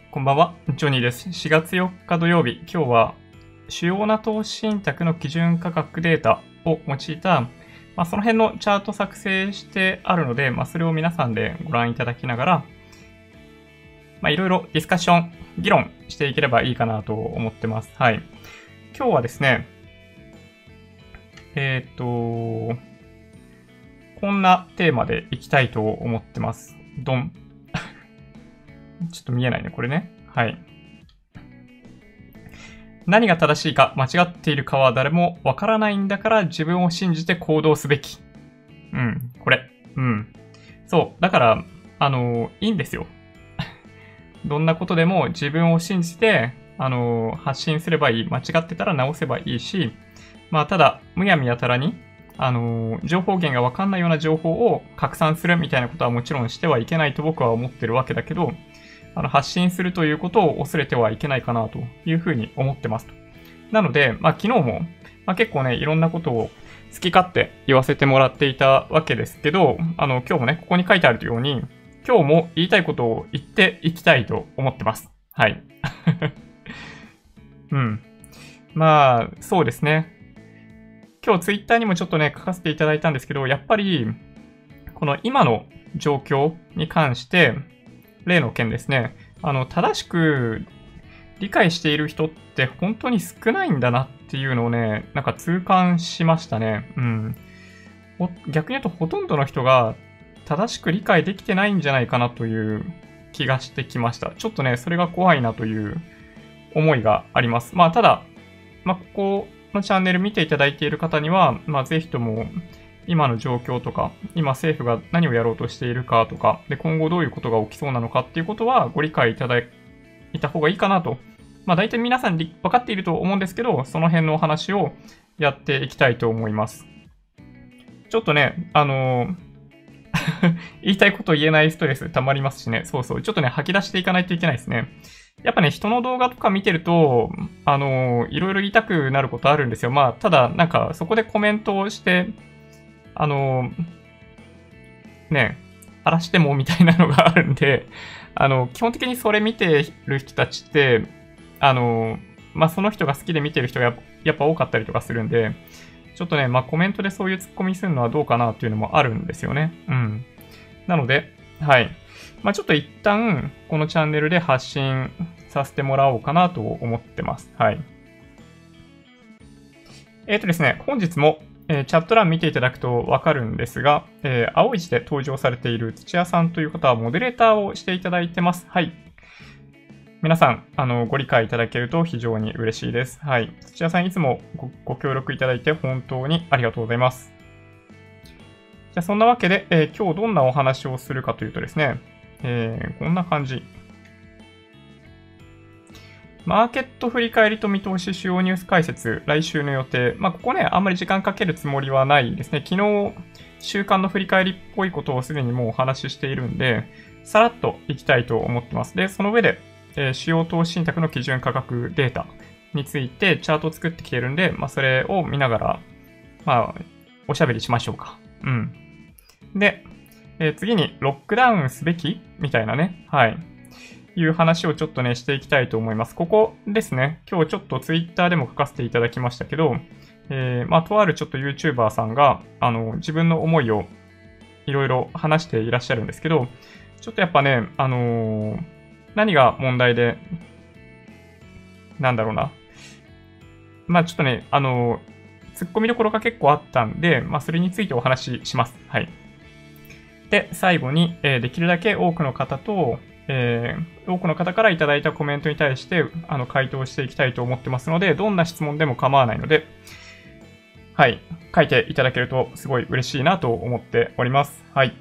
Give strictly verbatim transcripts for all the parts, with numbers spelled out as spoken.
こんばんは、ジョニーです。しがつよっか土曜日、今日は主要な投資信託の基準価格データを用いた、まあ、その辺のチャート作成してあるので、まあ、それを皆さんでご覧いただきながら、まあ、いろいろディスカッション、議論していければいいかなと思ってます。はい。今日はですね、えっと、こんなテーマでいきたいと思ってます。ドン。ちょっと見えないね、これね。はい。何が正しいか間違っているかは誰もわからないんだから自分を信じて行動すべき。うん、これ。うん。そう。だから、あの、いいんですよ。どんなことでも自分を信じて、あの、発信すればいい。間違ってたら直せばいいし、まあ、ただ、むやみやたらに、あの、情報源がわかんないような情報を拡散するみたいなことはもちろんしてはいけないと僕は思ってるわけだけど、あの発信するということを恐れてはいけないかなというふうに思ってますと。なので、まあ、昨日も、まあ、結構ね、いろんなことを好き勝手言わせてもらっていたわけですけど、あの、今日もね、ここに書いてあるように、今日も言いたいことを言っていきたいと思ってます。はい。うん。まあ、そうですね。今日ツイッターにもちょっとね、書かせていただいたんですけど、やっぱり、この今の状況に関して、例の件ですね。あの、正しく理解している人って本当に少ないんだなっていうのをね、なんか痛感しましたね。うん。逆に言うとほとんどの人が正しく理解できてないんじゃないかなという気がしてきました。ちょっとね、それが怖いなという思いがあります。まあ、ただ、まあ、ここのチャンネル見ていただいている方には、まあ、ぜひとも、今の状況とか、今政府が何をやろうとしているかとか、で、今後どういうことが起きそうなのかっていうことはご理解いただいた方がいいかなと。まあ大体皆さん分かっていると思うんですけど、その辺のお話をやっていきたいと思います。ちょっとね、あのー、言いたいこと言えないストレス溜まりますしね、そうそう、ちょっとね、吐き出していかないといけないですね。やっぱね、人の動画とか見てると、あのー、いろいろ言いたくなることあるんですよ。まあ、ただ、なんか、そこでコメントをして、あの、ね、荒らしてもみたいなのがあるんで、あの、基本的にそれ見てる人たちって、あの、まあ、その人が好きで見てる人がやっぱ多かったりとかするんで、ちょっとね、まあ、コメントでそういうツッコミするのはどうかなっていうのもあるんですよね。うん。なので、はい。まあ、ちょっと一旦、このチャンネルで発信させてもらおうかなと思ってます。はい。えっとですね、本日もえー、チャット欄見ていただくとわかるんですが、えー、青い字で登場されている土屋さんという方はモデレーターをしていただいてます。はい。皆さん、あの、ご理解いただけると非常に嬉しいです。はい。土屋さんいつも ご, ご協力いただいて本当にありがとうございます。じゃあそんなわけで、えー、今日どんなお話をするかというとですね、えー、こんな感じ。マーケット振り返りと見通し主要ニュース解説、来週の予定。まあ、ここね、あんまり時間かけるつもりはないですね。昨日、週間の振り返りっぽいことをすでにもうお話ししているんで、さらっといきたいと思ってます。で、その上で、えー、主要投資信託の基準価格データについてチャートを作ってきているんで、まあ、それを見ながら、まあ、おしゃべりしましょうか。うん。で、えー、次に、ロックダウンすべきみたいなね。はい。いう話をちょっとね、していきたいと思います。ここですね。今日ちょっとツイッターでも書かせていただきましたけど、えー、まあ、とあるちょっと YouTuber さんが、あの、自分の思いをいろいろ話していらっしゃるんですけど、ちょっとやっぱね、あのー、何が問題で、なんだろうな。まあ、ちょっとね、あのー、突っ込みどころが結構あったんで、まあ、それについてお話しします。はい。で、最後に、えー、できるだけ多くの方と、えー、多くの方からいただいたコメントに対してあの回答していきたいと思ってますので、どんな質問でも構わないので、はい、書いていただけるとすごい嬉しいなと思っております。はい。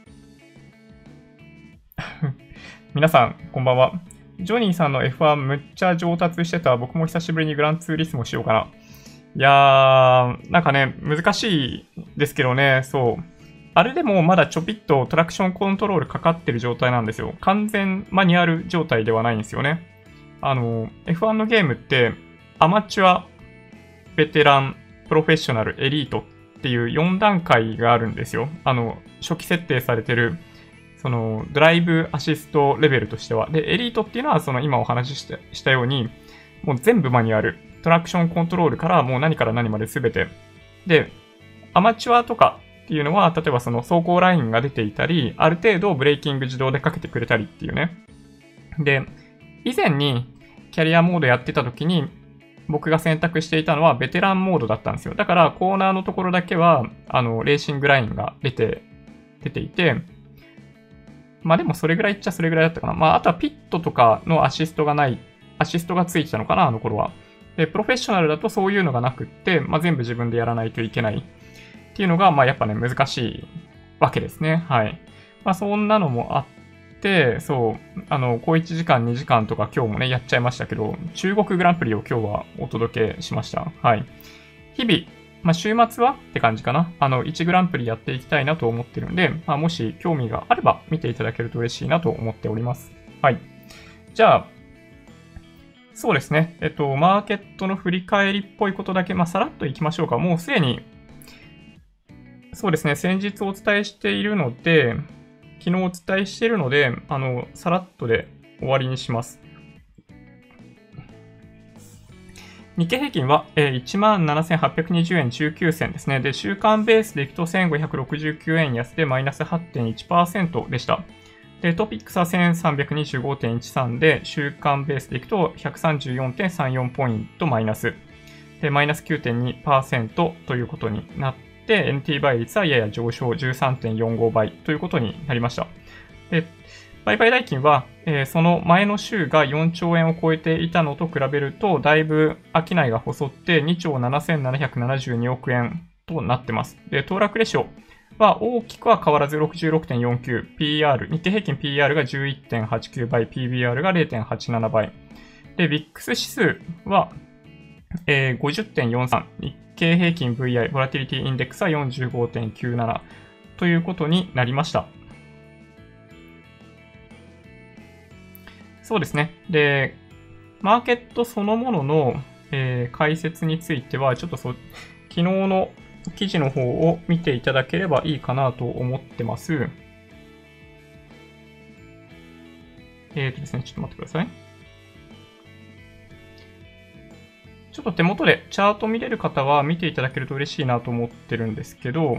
皆さん、こんばんは。ジョニーさんの エフワン むっちゃ上達してた。僕も久しぶりにグランツーリスモしようかな。いやー、なんかね、難しいですけどね、そう。あれでもまだちょぴっとトラクションコントロールかかってる状態なんですよ。完全マニュアル状態ではないんですよね。あの、エフワン のゲームってアマチュア、ベテラン、プロフェッショナル、エリートっていうよん段階があるんですよ。あの、初期設定されてる、 そのドライブアシストレベルとしては。で、エリートっていうのはその今お話ししたしたように、もう全部マニュアル。トラクションコントロールからもう何から何まで全て。で、アマチュアとかっていうのは、例えばその走行ラインが出ていたり、ある程度ブレーキング自動でかけてくれたりっていうね。で、以前にキャリアモードやってた時に、僕が選択していたのはベテランモードだったんですよ。だからコーナーのところだけは、あの、レーシングラインが出て、出ていて、まあでもそれぐらいっちゃそれぐらいだったかな。まああとはピットとかのアシストがない、アシストがついてたのかな、あの頃は。で、プロフェッショナルだとそういうのがなくって、まあ全部自分でやらないといけないっていうのが、まあやっぱね、難しいわけですね。はい。まあそんなのもあって、そう、あの、こういちじかん、にじかんとか今日もね、やっちゃいましたけど、中国グランプリを今日はお届けしました。はい。日々、まあ、週末はって感じかな。あの、いちグランプリやっていきたいなと思ってるんで、まあ、もし興味があれば見ていただけると嬉しいなと思っております。はい。じゃあ、そうですね。えっと、マーケットの振り返りっぽいことだけ、まあ、さらっといきましょうか。もうすでに、そうですね。先日お伝えしているので、昨日お伝えしているので、あの、さらっとで終わりにします。日経平均は、えー、いちまんななせんはっぴゃくにじゅうえんじゅうきゅうせんですね。で、週間ベースでいくとせんごひゃくろくじゅうきゅうえん安でマイナス はちてんいちパーセント でした。で、トピックスは せんさんびゃくにじゅうごてんいちさん で、週間ベースでいくと ひゃくさんじゅうよんてんさんよん ポイントマイナス。で、マイナス きゅうてんにパーセント ということになって、エヌティー 倍率はやや上昇 じゅうさんてんよんご 倍ということになりました。で、売買代金は、えー、その前の週がよんちょうえんを超えていたのと比べると、だいぶ商いが細ってにちょうななせんななひゃくななじゅうにおくえんとなってます。で、騰落レシオは大きくは変わらず ろくじゅうろくてんよんきゅう、ピーイーアール、日経平均 ピーイーアール が じゅういってんはちきゅう 倍、ピービーアール が れいてんはちなな 倍。で、ビックス 指数は、えー、ごじゅってんよんさん、日経平均 ブイアイ、ボラティリティインデックスは よんじゅうごてんきゅうなな ということになりました。そうですね。で、マーケットそのものの、えー、解説については、ちょっとそ、昨日の記事の方を見ていただければいいかなと思ってます。えーとですね、ちょっと待ってください。ちょっと手元でチャート見れる方は見ていただけると嬉しいなと思ってるんですけど、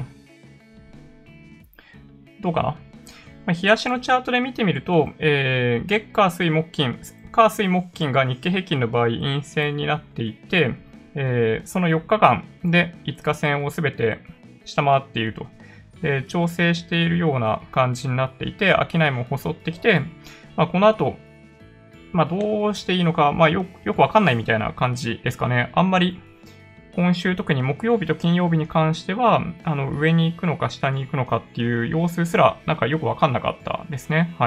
どうかな？まあ、日足のチャートで見てみると、えー、月火水木金、火水木金が日経平均の場合陰線になっていて、えー、そのよっかかんでいつか線をすべて下回っていると、えー、調整しているような感じになっていて、商いも細ってきて、まあ、この後、まあ、どうしていいのか、まあ、よ、よくわかんないみたいな感じですかね。あんまり今週特に木曜日と金曜日に関しては、あの、上に行くのか下に行くのかっていう様子すら、なんかよくわかんなかったですね。はい。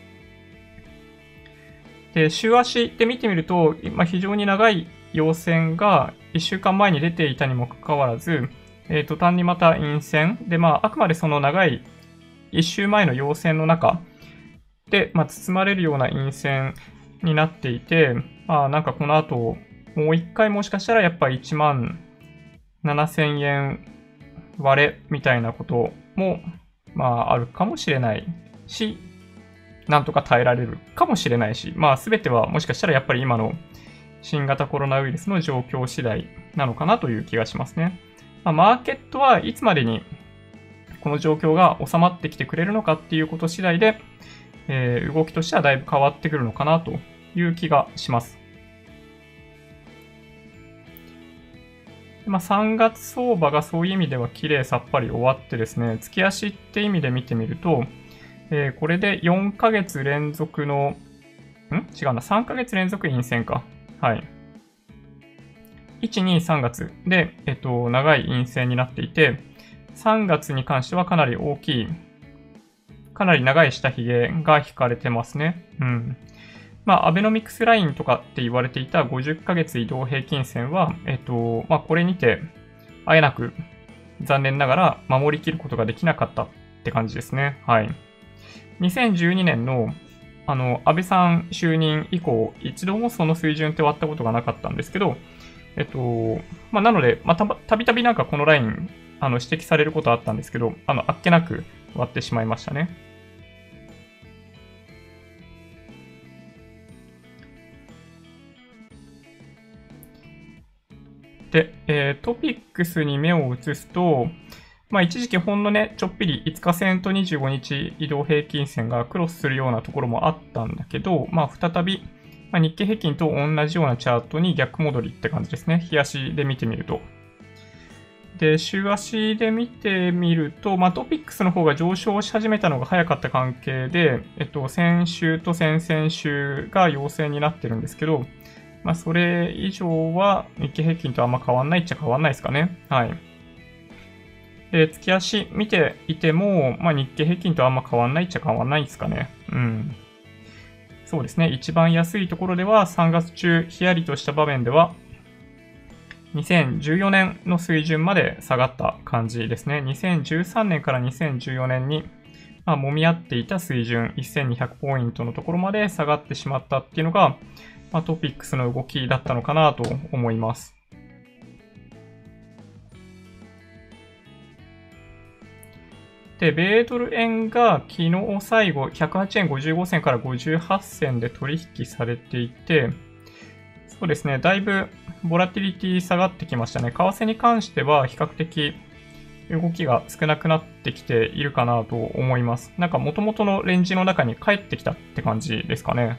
で、週足で見てみると、まあ、非常に長い陽線がいっしゅうかんまえに出ていたにもかかわらず、えー、途端にまた陰線で、まあ、あくまでその長いいっ週前の陽線の中で、まあ、包まれるような陰線になっていて、まあ、なんかこの後、もう一回もしかしたらやっぱりいちまんななせんえん割れみたいなことも、まああるかもしれないし、なんとか耐えられるかもしれないし、まあすべてはもしかしたらやっぱり今の新型コロナウイルスの状況次第なのかなという気がしますね。まあ、マーケットはいつまでにこの状況が収まってきてくれるのかっていうこと次第で、えー、動きとしてはだいぶ変わってくるのかなという気がします。まあ、さんがつ相場がそういう意味では綺麗さっぱり終わってですね、月足って意味で見てみると、えー、これでよんかげつ連続の、ん違うな、さんかげつ連続陰線か。はい。いち、に、さんがつで、えっと、長い陰線になっていて、さんがつに関してはかなり大きい、かなり長い下髭が引かれてますね。うん。まあ、アベノミクスラインとかって言われていたごじゅっかげつ移動平均線は、えっと、まあ、これにて、あえなく、残念ながら守りきることができなかったって感じですね。はい。にせんじゅうにねんの、あの、安倍さん就任以降、一度もその水準って割ったことがなかったんですけど、えっと、まあ、なので、まあ、た、たびたびなんかこのライン、あの、指摘されることあったんですけど、あの、あっけなく割ってしまいましたね。 で、えー、トピックスに目を移すと、まあ一時期ほんのね、ちょっぴりいつか線とにじゅうごにち移動平均線がクロスするようなところもあったんだけど、まあ再び、まあ、日経平均と同じようなチャートに逆戻りって感じですね。日足で見てみると。で、週足で見てみると、まあ、トピックスの方が上昇し始めたのが早かった関係で、えっと、先週と先々週が陽線になってるんですけど、まあ、それ以上は日経平均とあんま変わんないっちゃ変わんないですかね。はい。で、月足見ていても、まあ、日経平均とあんま変わんないっちゃ変わんないですかね。うん。そうですね。一番安いところではさんがつ中、ヒヤリとした場面では、にせんじゅうよねんの水準まで下がった感じですね。にせんじゅうさんねんからにせんじゅうよねんに、まあ、揉み合っていた水準、せんにひゃくポイントのところまで下がってしまったっていうのが、まあ、トピックスの動きだったのかなと思います。で、米ドル円が昨日最後ひゃくはちえんごじゅうごせんからごじゅうはちせんで取引されていて、そうですね、だいぶボラティリティ下がってきましたね。為替に関しては比較的動きが少なくなってきているかなと思います。なんか元々のレンジの中に帰ってきたって感じですかね。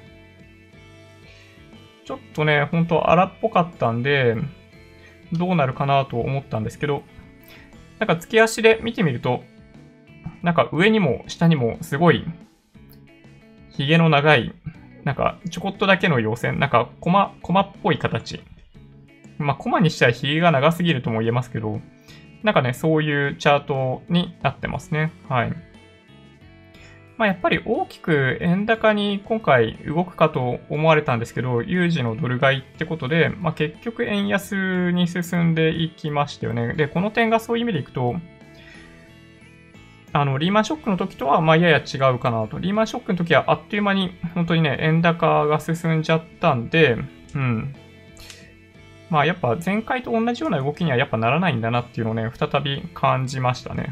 ちょっとね、ほんと荒っぽかったんで、どうなるかなと思ったんですけど、なんか月足で見てみると、なんか上にも下にもすごい、髭の長い、なんかちょこっとだけの陽線、なんかコマ、コマっぽい形。まあコマにしては髭が長すぎるとも言えますけど、なんかね、そういうチャートになってますね。はい。まあやっぱり大きく円高に今回動くかと思われたんですけど、有事のドル買いってことで、まあ結局円安に進んでいきましたよね。で、この点がそういう意味でいくと、あの、リーマンショックの時とは、まあ、やや違うかなと。リーマンショックの時はあっという間に、本当にね、円高が進んじゃったんで、うん。まあ、やっぱ前回と同じような動きにはやっぱならないんだなっていうのをね、再び感じましたね。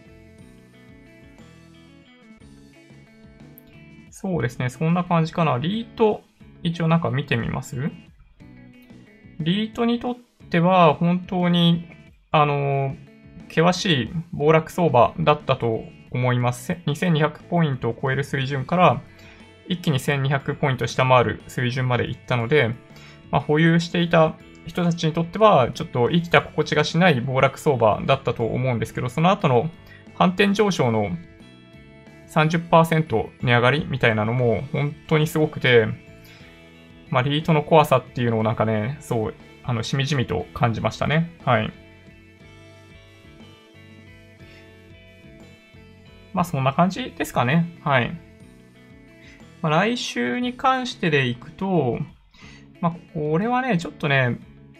そうですね、そんな感じかな。リート、一応なんか見てみます？リートにとっては、本当に、あのー、険しい暴落相場だったと思います。にせんにひゃくポイントを超える水準から、一気にせんにひゃくポイント下回る水準まで行ったので、まあ、保有していた人たちにとっては、ちょっと生きた心地がしない暴落相場だったと思うんですけど、その後の反転上昇の さんじゅっパーセント 値上がりみたいなのも本当にすごくて、まあ、リートの怖さっていうのをなんかね、そう、あの、しみじみと感じましたね。はい。まあ、そんな感じですかね。はい。まあ、来週に関してでいくと、まあ、これはね、ちょっとね、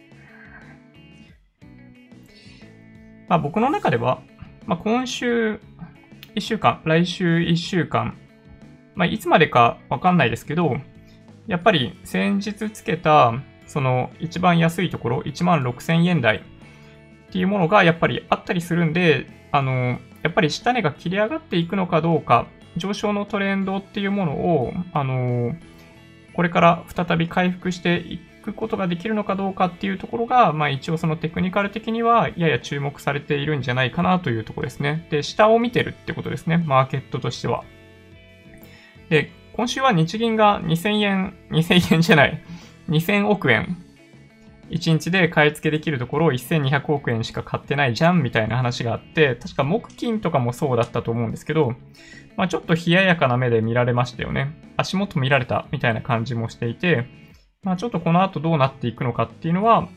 まあ、僕の中では、まあ、今週いっしゅうかん、来週いっしゅうかん、まあ、いつまでかわかんないですけど、やっぱり先日つけた、その一番安いところ、いちまんろくせんえん台っていうものがやっぱりあったりするんで、あの、やっぱり下値が切り上がっていくのかどうか、上昇のトレンドっていうものを、あの、これから再び回復していくことができるのかどうかっていうところが、まあ一応そのテクニカル的にはやや注目されているんじゃないかなというところですね。で、下を見てるってことですね。マーケットとしては。で、今週は日銀がにせんえん、にせんえんじゃない、にせんおくえん、いちにちで買い付けできるところをせんにひゃくおくえんしか買ってないじゃんみたいな話があって、確か木金とかもそうだったと思うんですけど、まあ、ちょっと冷ややかな目で見られましたよね。足元見られたみたいな感じもしていて、まあ、ちょっとこの後どうなっていくのかっていうのは、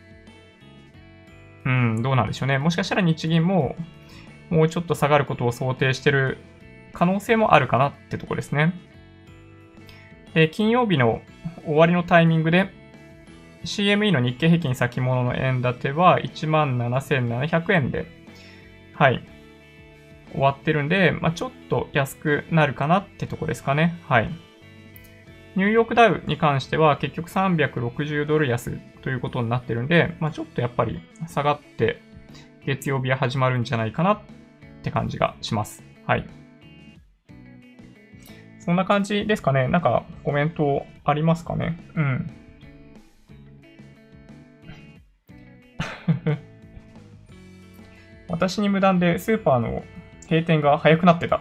うん、どうなんでしょうね。もしかしたら日銀ももうちょっと下がることを想定してる可能性もあるかなってとこですね。で、金曜日の終わりのタイミングで シーエムイー の日経平均先物の円建てはいちまんななせんななひゃくえんで、はい、終わってるんで、まあ、ちょっと安くなるかなってとこですかね。はい。ニューヨークダウに関しては結局さんびゃくろくじゅうドル安ということになってるんで、まあ、ちょっとやっぱり下がって月曜日は始まるんじゃないかなって感じがします。はい。そんな感じですかね。なんかコメントありますかね。うん。 私に無断でスーパーの閉店が早くなってた。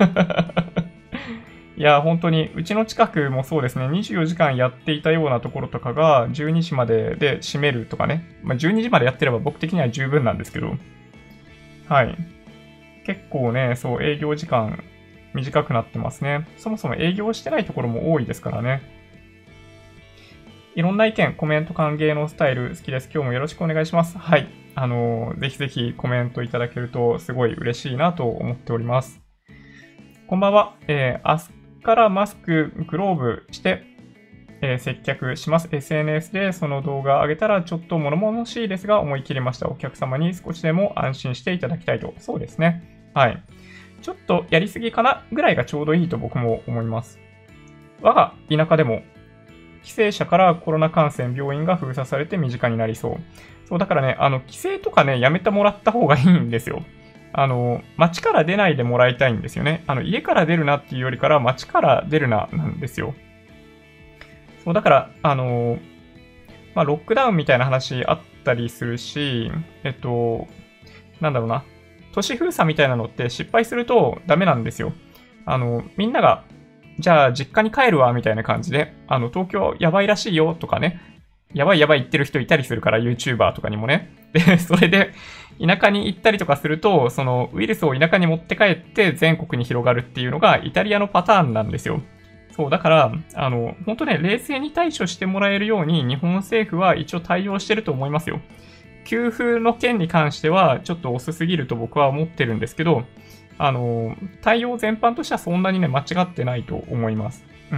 いや、本当に、うちの近くもそうですね、にじゅうよじかんやっていたようなところとかが、じゅうにじまでで閉めるとかね。まあ、じゅうにじまでやってれば僕的には十分なんですけど。はい。結構ね、そう、営業時間短くなってますね。そもそも営業してないところも多いですからね。いろんな意見、コメント歓迎のスタイル好きです。今日もよろしくお願いします。はい。あのー、ぜひぜひコメントいただけるとすごい嬉しいなと思っております。こんばんは。えー、明日からマスク、グローブして、えー、接客します。エスエヌエス でその動画上げたらちょっと物々しいですが思い切りました。お客様に少しでも安心していただきたいと。そうですね。はい。ちょっとやりすぎかなぐらいがちょうどいいと僕も思います。我が田舎でも帰省者からコロナ感染、病院が封鎖されて身近になりそう。そう、だからね、あの、帰省とかね、やめてもらった方がいいんですよ。あの、街から出ないでもらいたいんですよね。あの、家から出るなっていうよりから街から出るな、なんですよ。そう、だから、あの、まあ、ロックダウンみたいな話あったりするし、えっと、なんだろうな。都市封鎖みたいなのって失敗するとダメなんですよ。あの、みんなが、じゃあ実家に帰るわ、みたいな感じで、あの、東京やばいらしいよ、とかね。やばいやばい言ってる人いたりするから、YouTuber とかにもね。で、それで、田舎に行ったりとかすると、その、ウイルスを田舎に持って帰って全国に広がるっていうのが、イタリアのパターンなんですよ。そう、だから、あの、本当ね、冷静に対処してもらえるように、日本政府は一応対応してると思いますよ。給付の件に関しては、ちょっと遅すぎると僕は思ってるんですけど、あの、対応全般としてはそんなにね、間違ってないと思います。うん。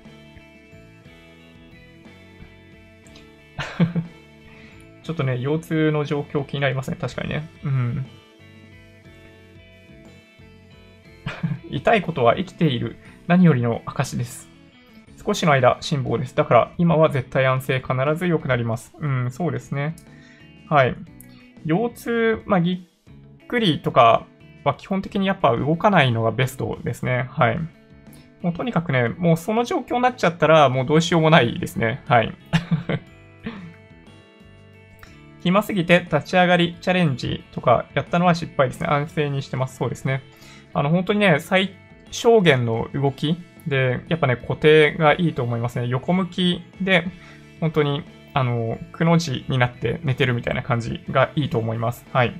ちょっとね、腰痛の状況気になりますね。確かにね。うん。痛いことは生きている何よりの証です。少しの間、辛抱です。だから、今は絶対安静必ず良くなります。うん、そうですね。はい。腰痛、まあ、ぎっくりとかは基本的にやっぱ動かないのがベストですね。はい。もうとにかくね、もうその状況になっちゃったら、もうどうしようもないですね。はい。暇すぎて立ち上がりチャレンジとかやったのは失敗ですね。安静にしてます。そうですね。あの、本当にね、最小限の動きで、やっぱね、固定がいいと思いますね。横向きで、本当に、あの、くの字になって寝てるみたいな感じがいいと思います。はい。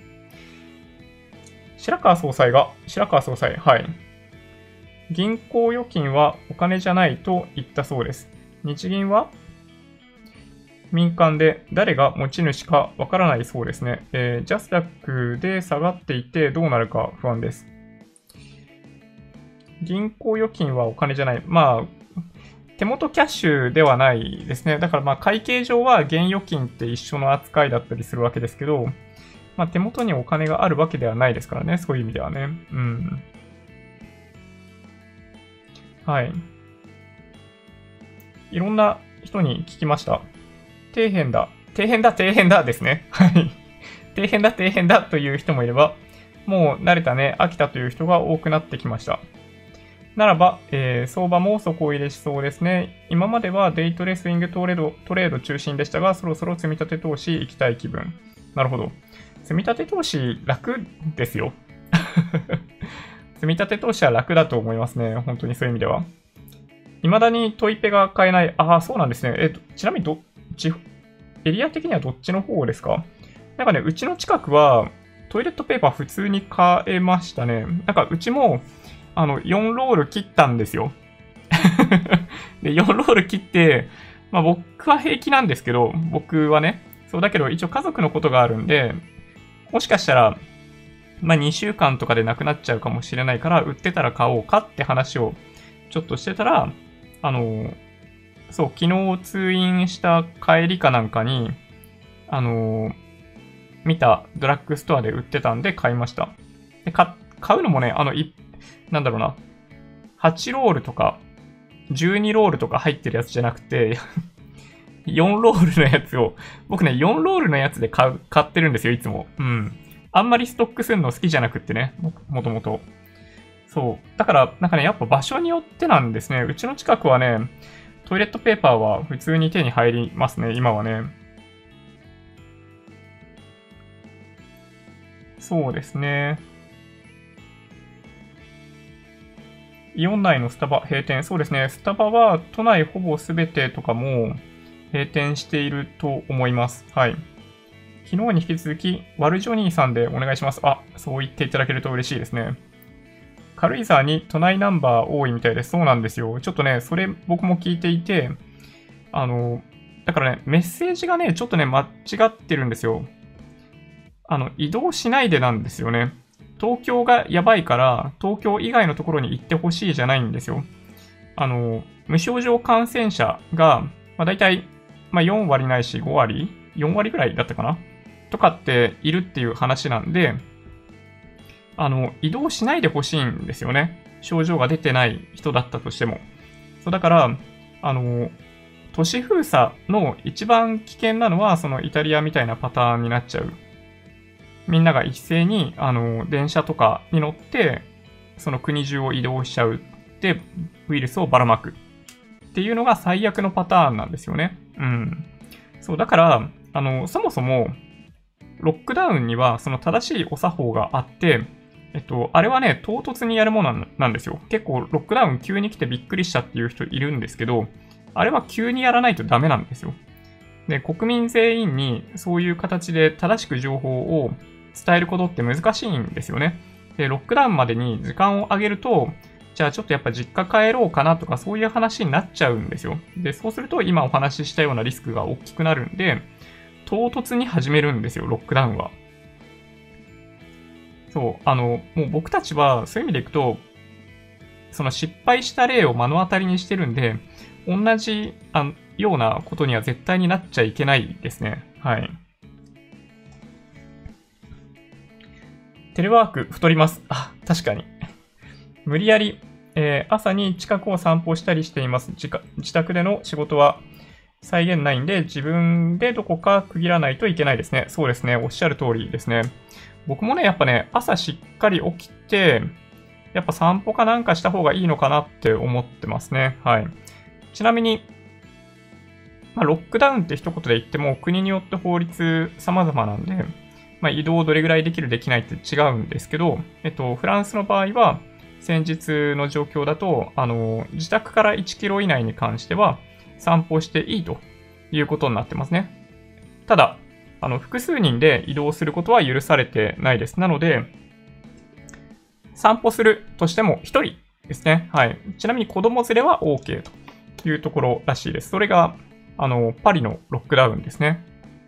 白川総裁が、白川総裁、はい。銀行預金はお金じゃないと言ったそうです。日銀は民間で誰が持ち主かわからないそうですね。えー、ジャスダックで下がっていてどうなるか不安です。銀行預金はお金じゃない。まあ、手元キャッシュではないですね。だからまあ会計上は現預金って一緒の扱いだったりするわけですけど、まあ手元にお金があるわけではないですからね。そういう意味ではね。うん。はい。いろんな人に聞きました。底辺だ。底辺だ、底辺だですね。はい。底辺だ、底辺だという人もいれば、もう慣れたね、飽きたという人が多くなってきました。ならば、えー、相場も底入れしそうですね。今まではデイトレスイングトレード、トレード中心でしたが、そろそろ積み立て投資行きたい気分。なるほど。積み立て投資楽ですよ。積み立て投資は楽だと思いますね。本当にそういう意味では。未だにトイペが買えない。ああ、そうなんですね。えっと、ちなみにど、エリア的にはどっちの方ですか？なんかね、うちの近くはトイレットペーパー普通に買えましたね。なんかうちも、あの、よんロール切ったんですよ。で、よんロール切って、まあ僕は平気なんですけど、僕はね、そうだけど一応家族のことがあるんで、もしかしたら、まあにしゅうかんとかでなくなっちゃうかもしれないから、売ってたら買おうかって話をちょっとしてたら、あの、そう、昨日通院した帰りかなんかに、あの見たドラッグストアで売ってたんで買いました。で、買うのもね、あの、い、なんだろうな、はちロールとか、じゅうにロールとか入ってるやつじゃなくて、よんロールのやつを、僕ね、よんロールのやつで買う、買ってるんですよ、いつも。うん。あんまりストックするの好きじゃなくってね、も、もともと。そう。だから、なんかね、やっぱ場所によってなんですね。うちの近くはね、トイレットペーパーは普通に手に入りますね、今はね。 そうですね。イオン内のスタバ閉店。そうですね。スタバは都内ほぼ全てとかも閉店していると思います。はい。昨日に引き続き、ワルジョニーさんでお願いします。あ、そう言っていただけると嬉しいですね。軽井沢に都内ナンバー多いみたいです。そうなんですよ。ちょっとね、それ僕も聞いていて、あの、だからね、メッセージがね、ちょっとね、間違ってるんですよ。あの、移動しないでなんですよね。東京がやばいから、東京以外のところに行ってほしいじゃないんですよ。あの、無症状感染者が、まあ、大体、まあ、よん割ないしご割 ?よん 割ぐらいだったかなとかっているっていう話なんで、あの、移動しないでほしいんですよね。症状が出てない人だったとしても。そう、だから、あの、都市封鎖の一番危険なのは、そのイタリアみたいなパターンになっちゃう。みんなが一斉に、あの、電車とかに乗って、その国中を移動しちゃう。で、ウイルスをばらまく。っていうのが最悪のパターンなんですよね。うん。そう、だから、あの、そもそも、ロックダウンには、その正しいお作法があって、えっと、あれはね、唐突にやるものなんですよ。結構、ロックダウン急に来てびっくりしたっていう人いるんですけど、あれは急にやらないとダメなんですよ。で、国民全員にそういう形で正しく情報を伝えることって難しいんですよね。で、ロックダウンまでに時間を上げると、じゃあちょっとやっぱ実家帰ろうかなとかそういう話になっちゃうんですよ。で、そうすると今お話ししたようなリスクが大きくなるんで、唐突に始めるんですよ、ロックダウンは。そう、あの、もう僕たちはそういう意味でいくと、その失敗した例を目の当たりにしてるんで、同じあようなことには絶対になっちゃいけないですね。はい。テレワーク太ります。あ、確かに。無理やり、えー、朝に近くを散歩したりしています。自自宅での仕事は再現ないんで、自分でどこか区切らないといけないですね。そうですね。おっしゃる通りですね。僕もね、やっぱね、朝しっかり起きて、やっぱ散歩かなんかした方がいいのかなって思ってますね。はい。ちなみに、まあ、ロックダウンって一言で言っても、国によって法律様々なんで、まあ、移動をどれぐらいできるできないって違うんですけど、えっと、フランスの場合は、先日の状況だと、あの、自宅からいちキロ以内に関しては、散歩していいということになってますね。ただ、あの、複数人で移動することは許されてないです。なので、散歩するとしてもひとりですね。はい。ちなみに子供連れは OK というところらしいです。それが、あの、パリのロックダウンですね。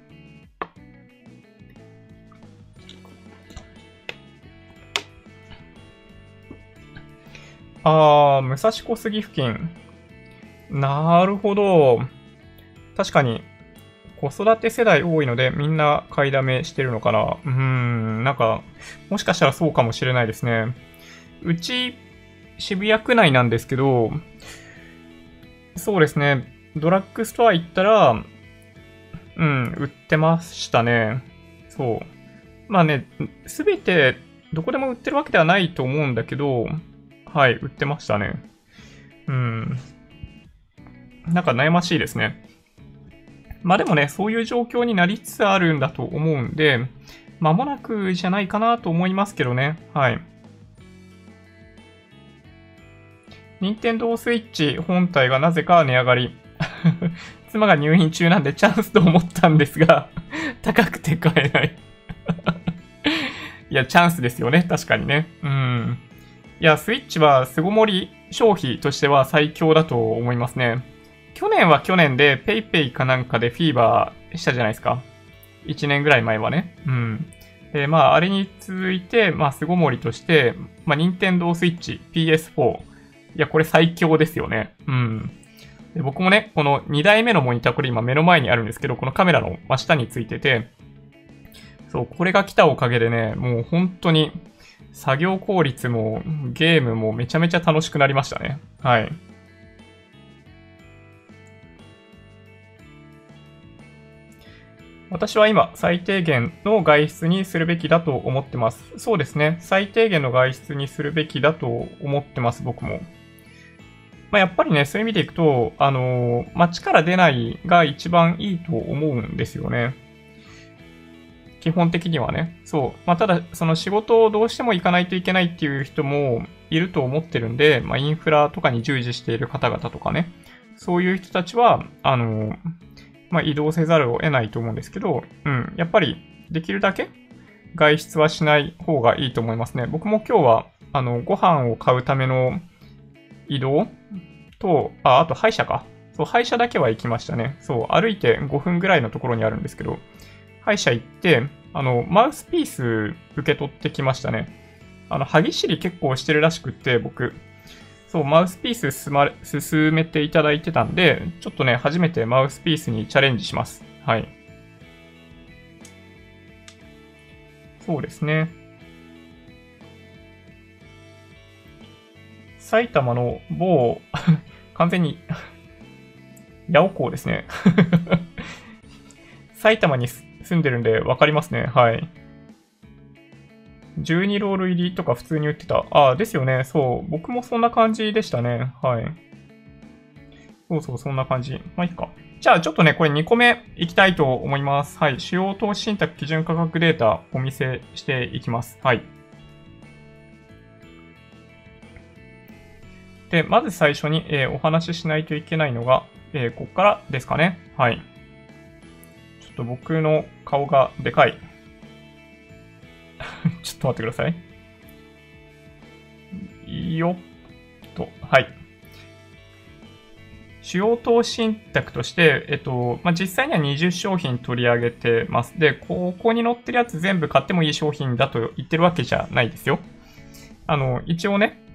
あー、武蔵小杉付近。なるほど。確かに、子育て世代多いので、みんな買いだめしてるのかな。うーん、なんか、もしかしたらそうかもしれないですね。うち、渋谷区内なんですけど、そうですね、ドラッグストア行ったら、うん、売ってましたね。そう。まあね、すべて、どこでも売ってるわけではないと思うんだけど、はい、売ってましたね。うん。なんか悩ましいですね。まあでもね、そういう状況になりつつあるんだと思うんで、間もなくじゃないかなと思いますけどね。はい。任天堂スイッチ本体がなぜか値上がり。妻が入院中なんでチャンスと思ったんですが、高くて買えない。いや、チャンスですよね。確かにね。うん。いや、スイッチは巣ごもり消費としては最強だと思いますね。去年は去年で PayPay かなんかでフィーバーしたじゃないですか。いちねんぐらい前はね。うん。で、まあ、あれに続いて、まあ、巣ごもりとして、まあ、Nintendo Switch、ピーエスフォー。いや、これ最強ですよね。うん。で僕もね、このにだいめのモニター、これ今目の前にあるんですけど、このカメラの真下についてて、そう、これが来たおかげでね、もう本当に作業効率もゲームもめちゃめちゃ楽しくなりましたね。はい。私は今、最低限の外出にするべきだと思ってます。そうですね。最低限の外出にするべきだと思ってます、僕も。まあ、やっぱりね、そういう意味でいくと、あのー、街から出ないが一番いいと思うんですよね。 基本的にはね。そう。まあ、ただ、その仕事をどうしても行かないといけないっていう人もいると思ってるんで、まあ、インフラとかに従事している方々とかね。そういう人たちは、あの、まあ、移動せざるを得ないと思うんですけど、うん。やっぱり、できるだけ外出はしない方がいいと思いますね。僕も今日は、あの、ご飯を買うための移動と、あ、あと歯医者か。そう、歯医者だけは行きましたね。そう、歩いてごふんぐらいのところにあるんですけど、歯医者行って、あの、マウスピース受け取ってきましたね。あの、歯ぎしり結構してるらしくって、僕。そう、マウスピース進まれ、進めていただいてたんで、ちょっとね、初めてマウスピースにチャレンジします。はい。そうですね。埼玉の某、完全に、八尾港ですね。埼玉に住んでるんで分かりますね。はい。じゅうにロール入りとか普通に売ってた。ああ、ですよね。そう。僕もそんな感じでしたね。はい。そうそう、そんな感じ。まあいいか。じゃあちょっとね、これにこめいきたいと思います。はい。主要投資信託基準価格データお見せしていきます。はい。で、まず最初に、えー、お話ししないといけないのが、えー、ここからですかね。はい。ちょっと僕の顔がでかい。ちょっと待ってください。よっと、はい。主要投資信託として、えっと、まあ、実際にはにじゅう商品取り上げてます。で、ここに載ってるやつ全部買ってもいい商品だと言ってるわけじゃないですよ。あの、一応ね、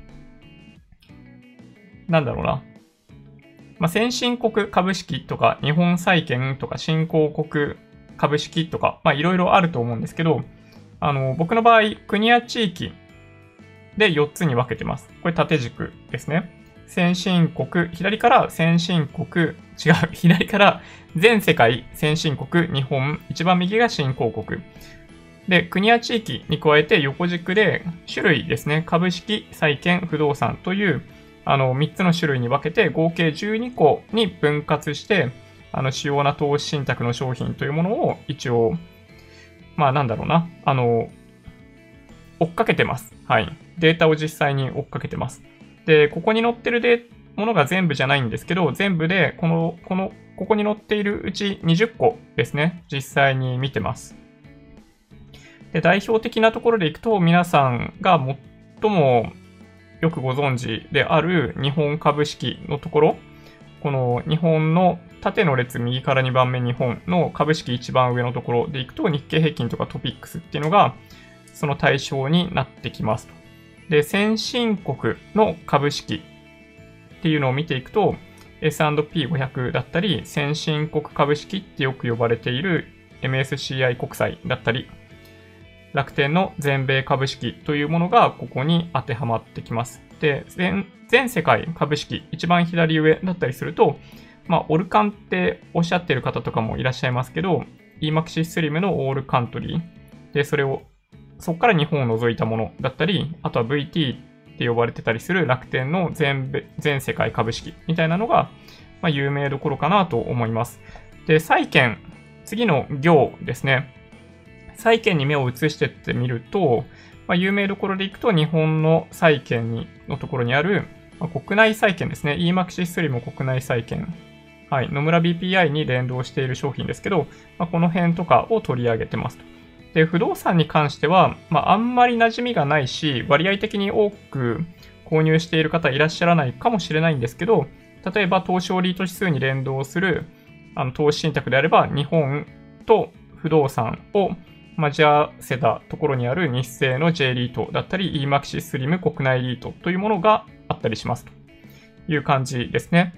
なんだろうな。まあ、先進国株式とか、日本債券とか、新興国株式とか、まあ、いろいろあると思うんですけど、あの、僕の場合、国や地域でよっつに分けてます。これ縦軸ですね。先進国、左から先進国、違う、左から全世界、先進国、日本、一番右が新興国。で、国や地域に加えて横軸で種類ですね。株式、債券、不動産という、あの、みっつの種類に分けて合計じゅうにこに分割して、あの、主要な投資信託の商品というものを一応、まあなんだろうな、あの、追っかけてます。はい。データを実際に追っかけてます。で、ここに載ってるでものが全部じゃないんですけど、全部で、この、この、ここに載っているうちにじゅっこですね、実際に見てます。で、代表的なところでいくと、皆さんが最もよくご存知である日本株式のところ、この日本の縦の列右からにばんめ日本の株式一番上のところでいくと、日経平均とかトピックスっていうのが、その対象になってきますと。で、先進国の株式っていうのを見ていくと、エスアンドピーごひゃく だったり、先進国株式ってよく呼ばれている エムエスシーアイ 国債だったり、楽天の全米株式というものがここに当てはまってきます。で、全, 全世界株式、一番左上だったりすると、まあ、オルカンっておっしゃってる方とかもいらっしゃいますけど、イーマキシスリムのオールカントリー。で、それを、そこから日本を除いたものだったり、あとは ブイティー って呼ばれてたりする楽天の 全, 全世界株式みたいなのが、まあ、有名どころかなと思います。で、債券、次の行ですね。債券に目を移してってみると、まあ、有名どころでいくと日本の債券にのところにある、まあ、国内債券ですね。イーマキシスリム国内債券。はい。野村 ビーピーアイ に連動している商品ですけど、まあ、この辺とかを取り上げてますと。で、不動産に関しては、まあ、あんまり馴染みがないし、割合的に多く購入している方いらっしゃらないかもしれないんですけど、例えば東証リート指数に連動するあの投資信託であれば、日本と不動産を交わせたところにある日清の J リートだったり、イーマキシスリム国内リートというものがあったりしますという感じですね。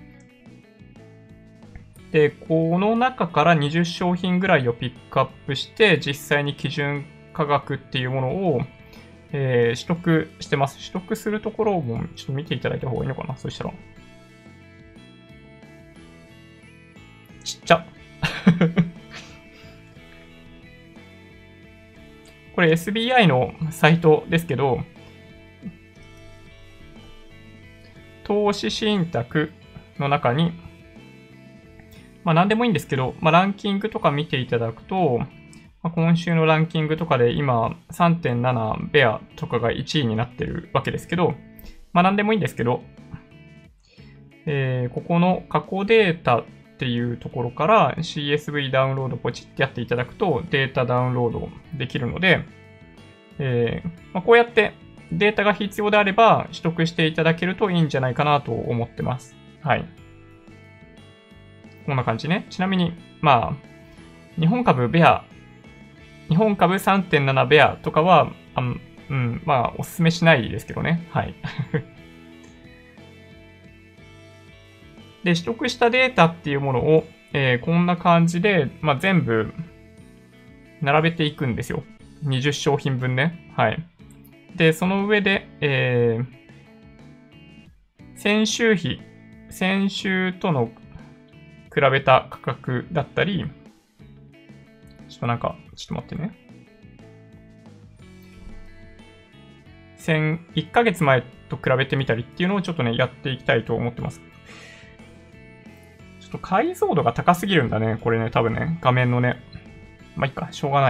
で、この中からにじゅう商品ぐらいをピックアップして、実際に基準価格っていうものを、えー、取得してます。取得するところもちょっと見ていただいた方がいいのかな。そしたら。ちっちゃ。これ エスビーアイ のサイトですけど、投資信託の中に、まあ何でもいいんですけど、まあランキングとか見ていただくと、 まあ、今週のランキングとかで今 さんてんなな ベアとかがいちいになってるわけですけど、まあなんでもいいんですけど、えー、ここの過去データっていうところから シーエスブイ ダウンロードポチってやっていただくとデータダウンロードできるので、えーまあ、こうやってデータが必要であれば取得していただけるといいんじゃないかなと思ってます。はい。こんな感じね。ちなみに、まあ、日本株ベア、日本株 さんてんなな ベアとかは、あうん、まあ、おすすめしないですけどね。はい。で、取得したデータっていうものを、えー、こんな感じで、まあ、全部並べていくんですよ。にじゅう商品分ね。はい。で、その上で、えー、先週比、先週との比べた価格だったり、ちょっとなんか、ちょっと待ってね。先、いっかげつまえと比べてみたりっていうのをちょっとね、やっていきたいと思ってます。ちょっと解像度が高すぎるんだね。これね、多分ね、画面のね。まあ、いいか、しょうがない。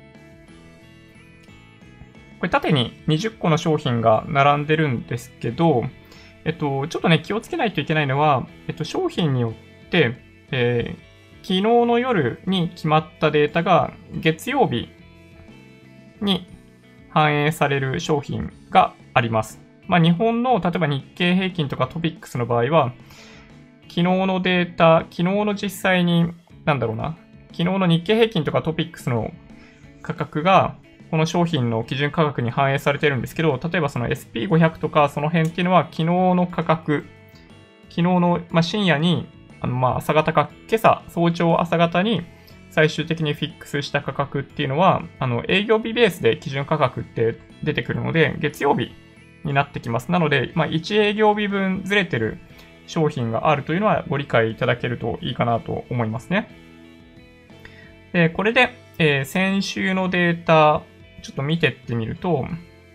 これ縦ににじゅっこの商品が並んでるんですけど、えっと、ちょっとね、気をつけないといけないのは、えっと、商品によって、えー、昨日の夜に決まったデータが月曜日に反映される商品があります。まあ、日本の、例えば日経平均とかトピックスの場合は、昨日のデータ、昨日の実際に、なんだろうな、昨日の日経平均とかトピックスの価格が、この商品の基準価格に反映されてるんですけど、例えばその エスピーごひゃく とかその辺っていうのは昨日の価格、昨日の、まあ、深夜に、あのまあ朝方か、今朝、早朝朝方に最終的にフィックスした価格っていうのは、あの営業日ベースで基準価格って出てくるので、月曜日になってきます。なので、まあ、いち営業日分ずれてる商品があるというのはご理解いただけるといいかなと思いますね。で、これで、えー、先週のデータ、ちょっと見てってみると、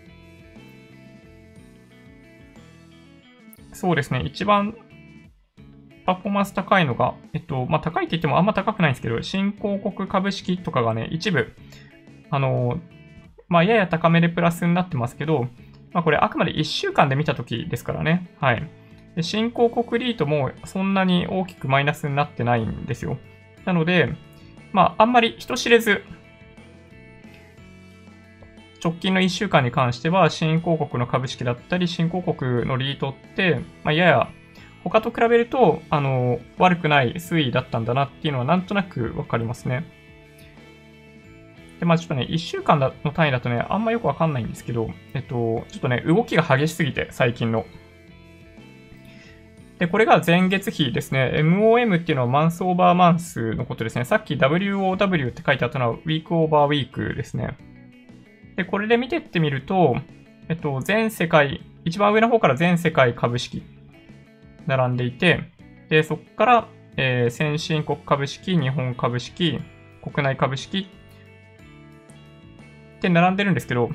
そうですね、一番パフォーマンス高いのが、えっと、まあ、高いって言ってもあんま高くないんですけど、新興国株式とかがね、一部、あの、まあ、やや高めでプラスになってますけど、まあ、これあくまでいっしゅうかんで見たときですからね。はい。で、新興国リートもそんなに大きくマイナスになってないんですよ。なので、まあ、あんまり人知れず、直近のいっしゅうかんに関しては、新興国の株式だったり、新興国のリートって、まあ、やや他と比べると、あの、悪くない推移だったんだなっていうのはなんとなくわかりますね。で、まあちょっとね、いっしゅうかんの単位だとね、あんまよくわかんないんですけど、えっと、ちょっとね、動きが激しすぎて、最近の。で、これが前月比ですね。エムオーエム っていうのはマンスオーバーマンスのことですね。さっき ダブリューオーダブリュー って書いてあったのはウィークオーバーウィークですね。で、これで見てってみると、えっと、全世界、一番上の方から全世界株式、並んでいて、で、そこから、えー、先進国株式、日本株式、国内株式って並んでるんですけど、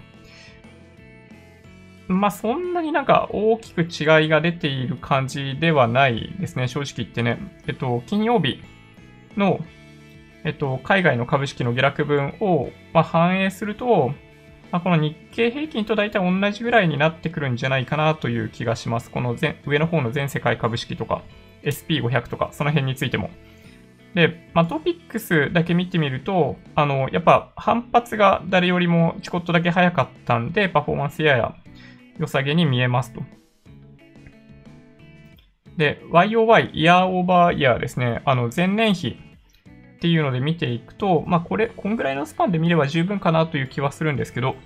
まあ、そんなになんか大きく違いが出ている感じではないですね、正直言ってね。えっと、金曜日の、えっと、海外の株式の下落分を、まあ、反映すると、まあ、この日経平均と大体同じぐらいになってくるんじゃないかなという気がします。この前上の方の全世界株式とか、エスピーごひゃく とか、その辺についても。で、まあ、トピックスだけ見てみると、あの、やっぱ反発が誰よりもちょこっとだけ早かったんで、パフォーマンスやや良さげに見えますと。で、ワイオーワイ、イヤーオーバーイヤーですね。あの、前年比っていうので見ていくと、まあ、これ、こんぐらいのスパンで見れば十分かなという気はするんですけど、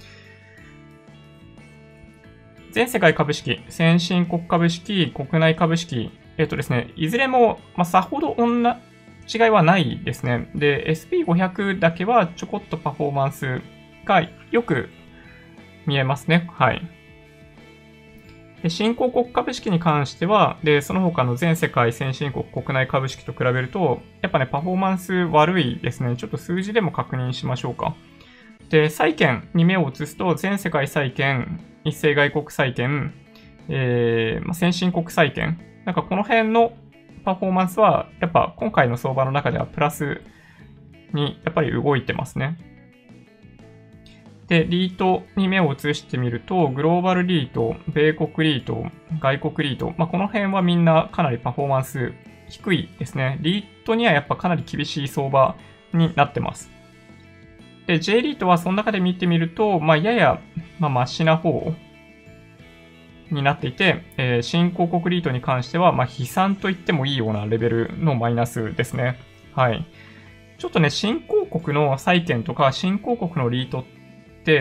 全世界株式、先進国株式、国内株式、えっとですね、いずれも、まあ、さほど同じ違いはないですね。で、エスピーごひゃく だけはちょこっとパフォーマンスがよく見えますね。はい。で、新興国株式に関しては、で、その他の全世界先進国国内株式と比べると、やっぱね、パフォーマンス悪いですね。ちょっと数字でも確認しましょうか。で、債券に目を移すと、全世界債券、一斉外国債券、えーまあ、先進国債券、なんかこの辺のパフォーマンスは、やっぱ今回の相場の中ではプラスにやっぱり動いてますね。で、リートに目を移してみると、グローバルリート、米国リート、外国リート、まあ、この辺はみんなかなりパフォーマンス低いですね。リートにはやっぱかなり厳しい相場になってます。で、J リートはその中で見てみると、まあ、やや、まあ、マシな方になっていて、えー、新興国リートに関しては、まあ、悲惨と言ってもいいようなレベルのマイナスですね。はい。ちょっとね、新興国の債券とか新興国のリートって、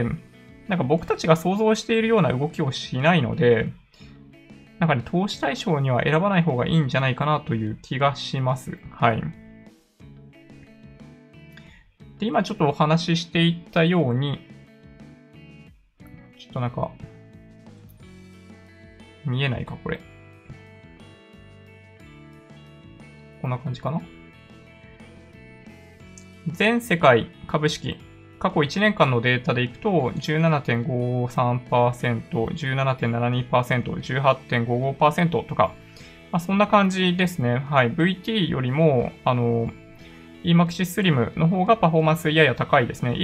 なんか僕たちが想像しているような動きをしないので、なんかね、投資対象には選ばない方がいいんじゃないかなという気がします。はい。で、今ちょっとお話ししていたように、ちょっとなんか、見えないか、これ。こんな感じかな。全世界株式、過去いちねんかんのデータでいくと、じゅうななてんごさんパーセント、じゅうななてんななにパーセント、じゅうはちてんごごパーセント とか、まあ、そんな感じですね。はい。ブイティー よりも、あの、イーマキシス Slim の方がパフォーマンスやや高いですね。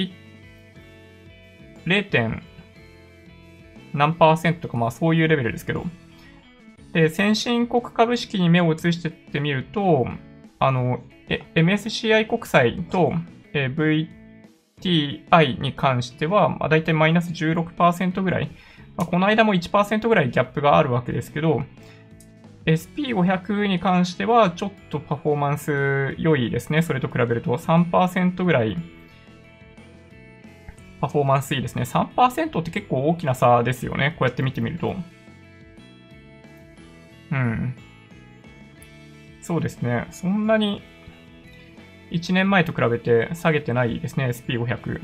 れいてん何パーセントとか、まあそういうレベルですけど。で、先進国株式に目を移していってみると、あの、エムエスシーアイ 国債と ブイティーアイ に関しては、まあ、だいたいマイナス じゅうろくパーセント ぐらい。まあ、この間も いちパーセント ぐらいギャップがあるわけですけど、エスピーごひゃく に関してはちょっとパフォーマンス良いですね。それと比べると さんパーセント ぐらいパフォーマンスいいですね。さんパーセント って結構大きな差ですよね。こうやって見てみると。うん。そうですね。そんなにいちねんまえと比べて下げてないですね。エスピーごひゃく。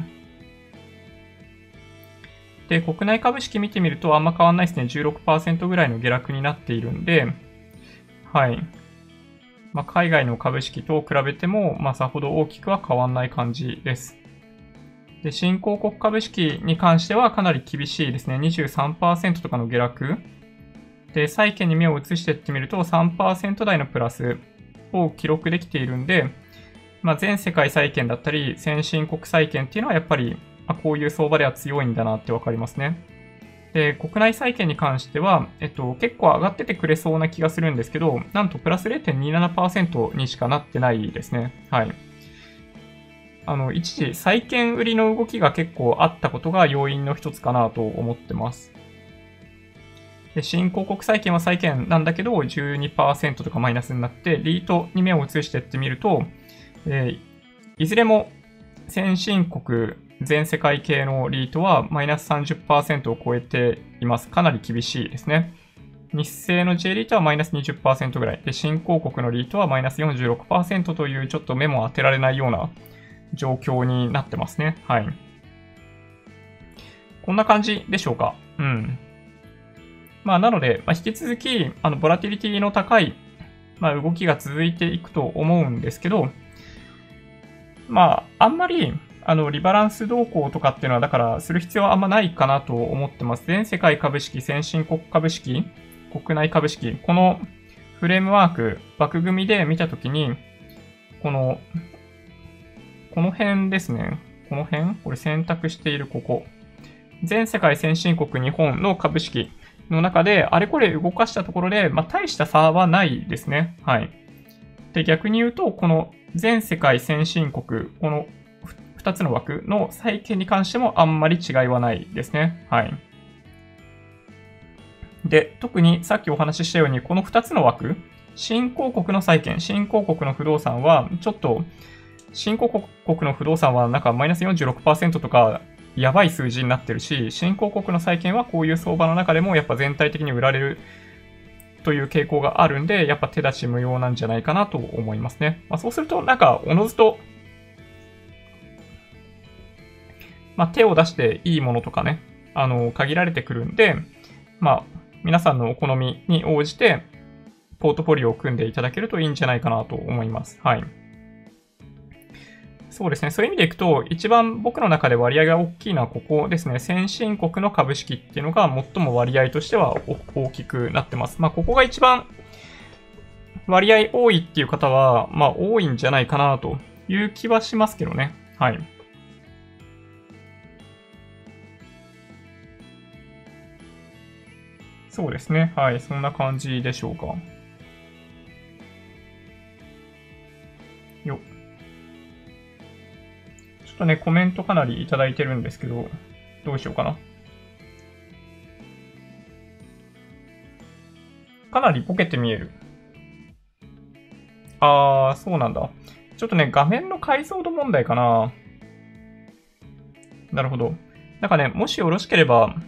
で、国内株式見てみるとあんま変わんないですね。じゅうろくパーセント ぐらいの下落になっているんで、はい。まあ、海外の株式と比べても、まあ、さほど大きくは変わんない感じです。で、新興国株式に関してはかなり厳しいですね。にじゅうさんパーセント とかの下落。で、債券に目を移していってみると さんパーセント 台のプラスを記録できているんで、まあ、全世界債券だったり、先進国債券っていうのはやっぱり、まあ、こういう相場では強いんだなってわかりますね。で、国内債券に関しては、えっと、結構上がっててくれそうな気がするんですけど、なんとプラス れいてんにななパーセント にしかなってないですね。はい。あの、一時、債券売りの動きが結構あったことが要因の一つかなと思ってます。で、新興国債券は債券なんだけど、じゅうにパーセント とかマイナスになって、リートに目を移していってみると、えー、いずれも先進国全世界系のリートはマイナス さんじゅっパーセント を超えています。かなり厳しいですね。日清の J リートはマイナス にじゅっパーセント ぐらい。で、新興国のリートはマイナス よんじゅうろくパーセント というちょっと目も当てられないような状況になってますね。はい。こんな感じでしょうか。うん。まあ、なので、まあ、引き続き、あの、ボラティリティの高い、まあ、動きが続いていくと思うんですけど、まあ、あんまり、あの、リバランス動向とかっていうのは、だから、する必要はあんまないかなと思ってます。全世界株式、先進国株式、国内株式、このフレームワーク、枠組みで見たときに、この、この辺ですね。この辺これ選択しているここ。全世界先進国日本の株式の中で、あれこれ動かしたところで、まあ、大した差はないですね。はい。で、逆に言うと、この全世界先進国、このふたつの枠の債券に関してもあんまり違いはないですね。はい。で、特にさっきお話ししたように、このふたつの枠、新興国の債券、新興国の不動産は、ちょっと、新興国の不動産はなんかマイナス よんじゅうろくパーセント とか、やばい数字になってるし、新興国の債券はこういう相場の中でもやっぱ全体的に売られるという傾向があるんで、やっぱ手出し無用なんじゃないかなと思いますね。まあ、そうすると、なんか、おのずと、まあ、手を出していいものとかね、あの、限られてくるんで、まあ、皆さんのお好みに応じて、ポートフォリオを組んでいただけるといいんじゃないかなと思います。はい。そうですね。そういう意味でいくと、一番僕の中で割合が大きいのはここですね。先進国の株式っていうのが最も割合としては大きくなってます。まあ、ここが一番割合多いっていう方は、まあ、多いんじゃないかなという気はしますけどね。はい。そうですね。はい。そんな感じでしょうか。よ。ちょっとね、コメントかなりいただいてるんですけど、どうしようかな。かなりボケて見える。あー、そうなんだ。ちょっとね、画面の解像度問題かな。なるほど。なんかね、もしよろしければ、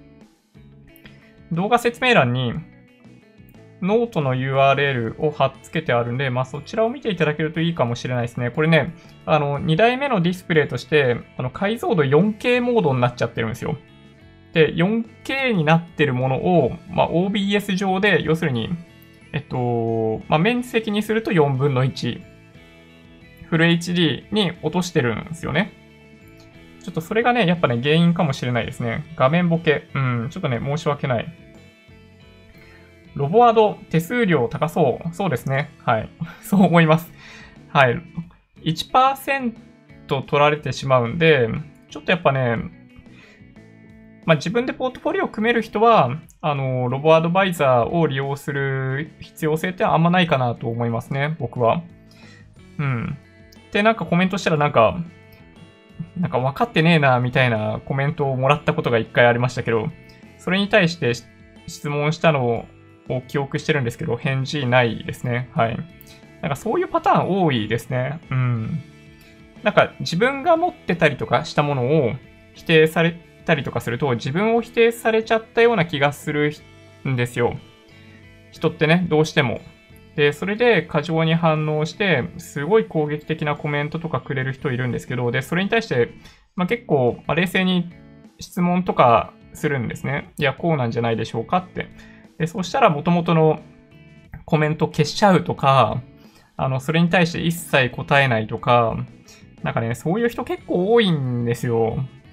動画説明欄にノートの ユーアールエル を貼っ付けてあるんで、まあそちらを見ていただけるといいかもしれないですね。これね、あの、にだいめのディスプレイとして、あの、解像度 よんケー モードになっちゃってるんですよ。で、よんケー になってるものを、まあ オービーエス 上で、要するに、えっと、まあ面積にするとよんぶんのいち。フル エイチディー に落としてるんですよね。ちょっとそれがね、やっぱね、原因かもしれないですね。画面ボケ。うん、ちょっとね、申し訳ない。ロボアド、手数料高そう。そうですね。はい。そう思います。はい。いちパーセント 取られてしまうんで、ちょっとやっぱね、まあ、自分でポートフォリオを組める人は、あの、ロボアドバイザーを利用する必要性ってあんまないかなと思いますね、僕は。うん。で、なんかコメントしたらなんか、なんか分かってねえな、みたいなコメントをもらったことが一回ありましたけど、それに対して質問したのを記憶してるんですけど、返事ないですね。はい。なんかそういうパターン多いですね。うん。なんか自分が持ってたりとかしたものを否定されたりとかすると、自分を否定されちゃったような気がするんですよ。人ってね、どうしても。で、それで過剰に反応して、すごい攻撃的なコメントとかくれる人いるんですけど、で、それに対して、まあ、結構、まあ、冷静に質問とかするんですね。いや、こうなんじゃないでしょうかって。で、そしたら元々のコメント消しちゃうとか、あの、それに対して一切答えないとか、なんかね、そういう人結構多いんですよ。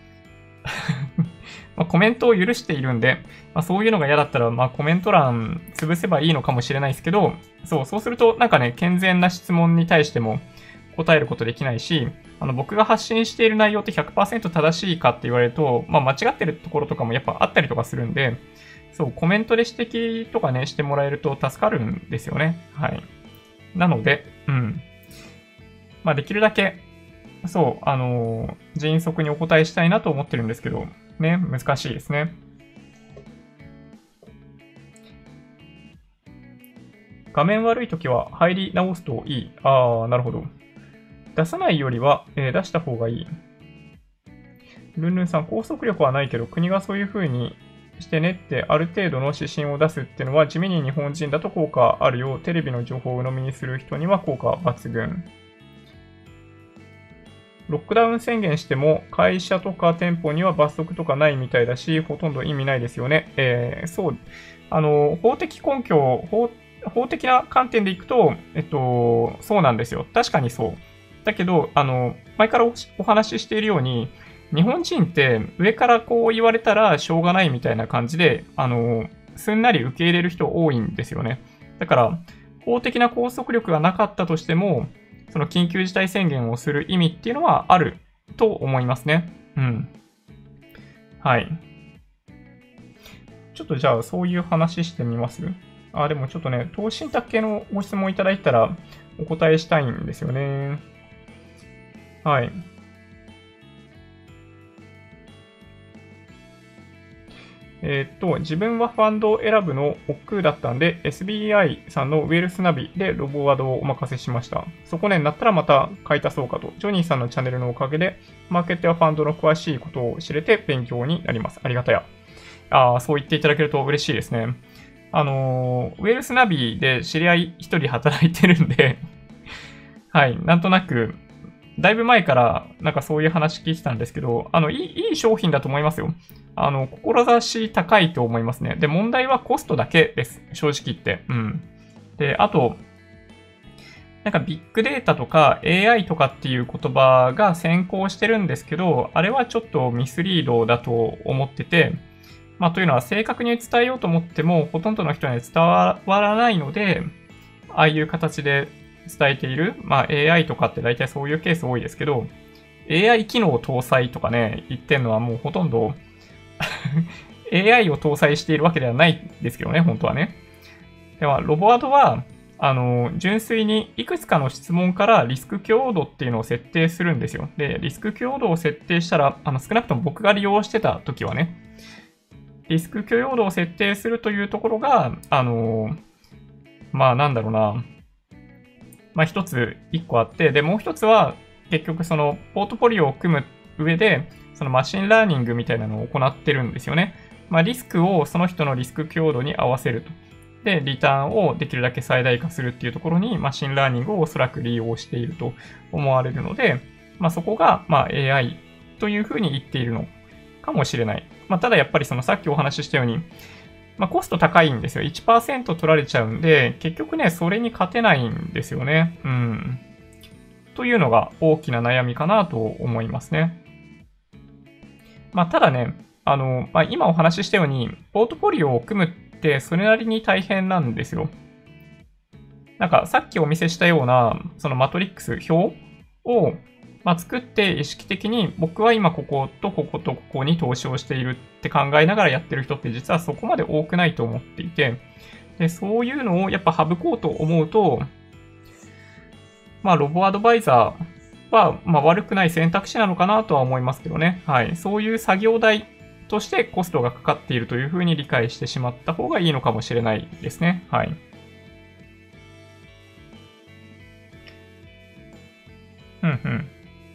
まあ、コメントを許しているんで、まあ、そういうのが嫌だったら、まあ、コメント欄潰せばいいのかもしれないですけど、そう、そうすると、なんかね、健全な質問に対しても答えることできないし、あの、僕が発信している内容って ひゃくパーセント 正しいかって言われると、まあ、間違ってるところとかもやっぱあったりとかするんで、そう、コメントで指摘とかね、してもらえると助かるんですよね。はい。なので、うん。まあ、できるだけ、そう、あのー迅速にお答えしたいなと思ってるんですけど、ね、難しいですね。画面悪いときは入り直すといい。あー、なるほど。出さないよりは、えー出した方がいい。ルンルンさん、拘束力はないけど、国がそういう風にしてねってある程度の指針を出すっていうのは地味に日本人だと効果あるよ。テレビの情報を鵜呑みにする人には効果抜群。ロックダウン宣言しても会社とか店舗には罰則とかないみたいだし、ほとんど意味ないですよね。えー、そう。あの、法的根拠、法、法的な観点でいくと、えっと、そうなんですよ。確かにそう。だけど、あの、前からおお話ししているように、日本人って上からこう言われたらしょうがないみたいな感じで、あの、すんなり受け入れる人多いんですよね。だから、法的な拘束力がなかったとしても、その緊急事態宣言をする意味っていうのはあると思いますね。うん。はい。ちょっとじゃあそういう話してみます。あ、でもちょっとね、投資信託系のご質問いただいたらお答えしたいんですよね。はい。えーっと、自分はファンドを選ぶの億劫だったんで、エスビーアイ さんのウェルスナビでロボワードをお任せしました。そこね、なったらまた買い足そうかと。ジョニーさんのチャンネルのおかげで、マーケットやファンドの詳しいことを知れて勉強になります。ありがたや。ああ、そう言っていただけると嬉しいですね。あのー、ウェルスナビで知り合い一人働いてるんではい、なんとなく、だいぶ前からなんかそういう話聞いてたんですけど、あの、いい、いい商品だと思いますよ。あの、志高いと思いますね。で、問題はコストだけです。正直言って。うん。で、あと、なんかビッグデータとか エーアイ とかっていう言葉が先行してるんですけど、あれはちょっとミスリードだと思ってて、まあというのは正確に伝えようと思ってもほとんどの人には伝わらないので、ああいう形で伝えている、まあ エーアイ とかって大体そういうケース多いですけど、エーアイ 機能搭載とかね、言ってんのはもうほとんどエーアイ を搭載しているわけではないですけどね、本当はね。では、ロボアドは、あの、純粋にいくつかの質問からリスク許容度っていうのを設定するんですよ。で、リスク許容度を設定したら、あの、少なくとも僕が利用してた時はね、リスク許容度を設定するというところが、あの、まあなんだろうな、まあ一つ、一個あって、で、もう一つは、結局その、ポートフォリオを組む上で、そのマシンラーニングみたいなのを行ってるんですよね。まあリスクをその人のリスク許容度に合わせると。で、リターンをできるだけ最大化するっていうところに、マシンラーニングをおそらく利用していると思われるので、まあそこが、まあ エーアイ というふうに言っているのかもしれない。まあただやっぱりそのさっきお話ししたように、まあコスト高いんですよ。いちパーセント取られちゃうんで、結局ね、それに勝てないんですよね。うん。というのが大きな悩みかなと思いますね。まあただね、あの、まあ今お話ししたように、ポートフォリオを組むってそれなりに大変なんですよ。なんかさっきお見せしたような、そのマトリックス表を、まあ、作って意識的に僕は今こことこことここに投資をしているって考えながらやってる人って実はそこまで多くないと思っていて、でそういうのをやっぱ省こうと思うと、まあロボアドバイザーはまあ悪くない選択肢なのかなとは思いますけどね。はい。そういう作業代としてコストがかかっているというふうに理解してしまった方がいいのかもしれないですね。はい。うんうん。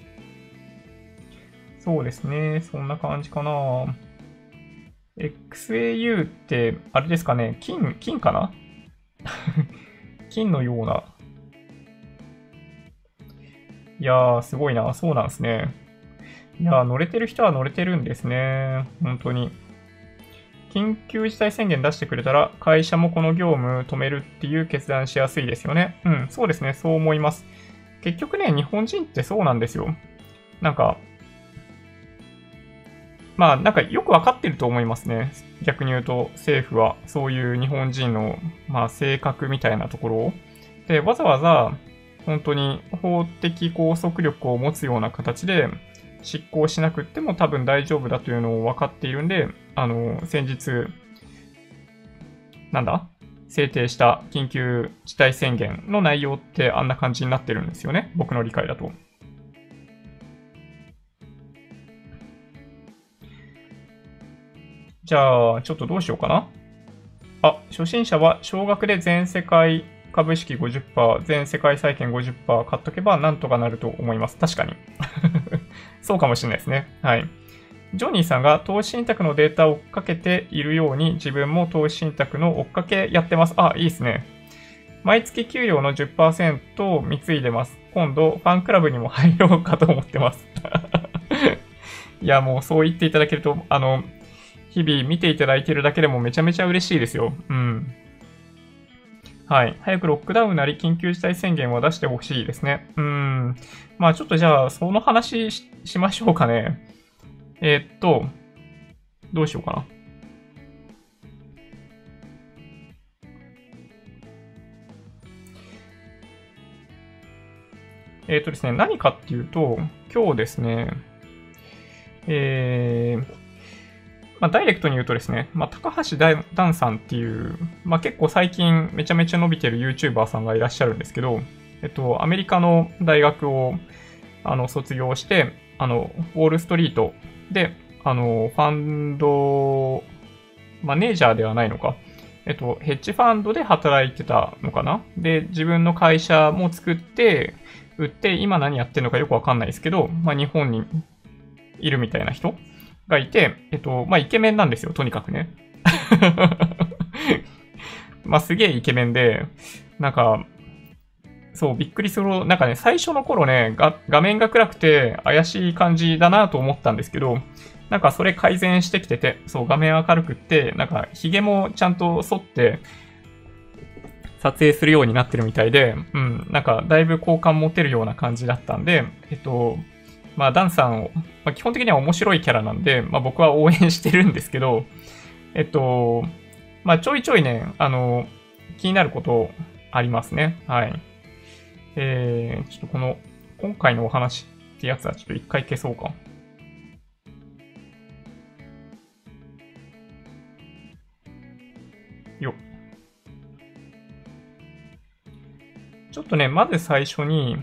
そうですね。そんな感じかな。エックスエーユー って、あれですかね。金、金かな金のような。いやー、すごいな。そうなんですね。いやー、乗れてる人は乗れてるんですね。本当に。緊急事態宣言出してくれたら、会社もこの業務止めるっていう決断しやすいですよね。うん、そうですね。そう思います。結局ね、日本人ってそうなんですよ。なんか、まあ、なんかよくわかってると思いますね。逆に言うと、政府はそういう日本人の、まあ、性格みたいなところを。で、わざわざ、本当に法的拘束力を持つような形で執行しなくっても多分大丈夫だというのを分かっているんで、あの、先日、なんだ制定した緊急事態宣言の内容ってあんな感じになってるんですよね。僕の理解だと。じゃあ、ちょっとどうしようかな。あ、初心者は少額で全世界株式ごじゅっパーセント、全世界債券ごじゅっパーセント買っとけばなんとかなると思います。確かに。そうかもしれないですね。はい。ジョニーさんが投資信託のデータを追っかけているように自分も投資信託の追っかけやってます。あ、いいですね。毎月給料のじゅっパーセントを貢いでます。今度、ファンクラブにも入ろうかと思ってます。いや、もうそう言っていただけると、あの、日々見ていただいているだけでもめちゃめちゃ嬉しいですよ。うん。はい。早くロックダウンなり緊急事態宣言は出してほしいですね。うん。まあちょっとじゃあ、その話 し, しましょうかね。えー、っと、どうしようかな。えー、っとですね、何かっていうと、今日ですね、えー、まあ、ダイレクトに言うとですね、まあ、高橋ダンさんっていう、まあ、結構最近めちゃめちゃ伸びてる YouTuber さんがいらっしゃるんですけど、えっと、アメリカの大学を、あの、卒業して、あの、ウォールストリートで、あの、ファンド、マネージャーではないのか。えっと、ヘッジファンドで働いてたのかな。で、自分の会社も作って、売って、今何やってるのかよくわかんないですけど、まあ、日本にいるみたいな人がいて、えっと、まあ、イケメンなんですよ、とにかくね。まあ、すげえイケメンで、なんか、そう、びっくりする。なんかね、最初の頃ね、が画面が暗くて怪しい感じだなと思ったんですけど、なんかそれ改善してきてて、そう、画面明るくって、なんか髭もちゃんと剃って撮影するようになってるみたいで、うん、なんかだいぶ好感持てるような感じだったんで、えっと、まあ、ダンさんを、まあ、基本的には面白いキャラなんで、まあ、僕は応援してるんですけど、えっと、まあ、ちょいちょいね、あの、気になることありますね。はい。 えー、ちょっとこの、今回のお話ってやつはちょっと一回消そうか。よっ。ちょっとね、まず最初に、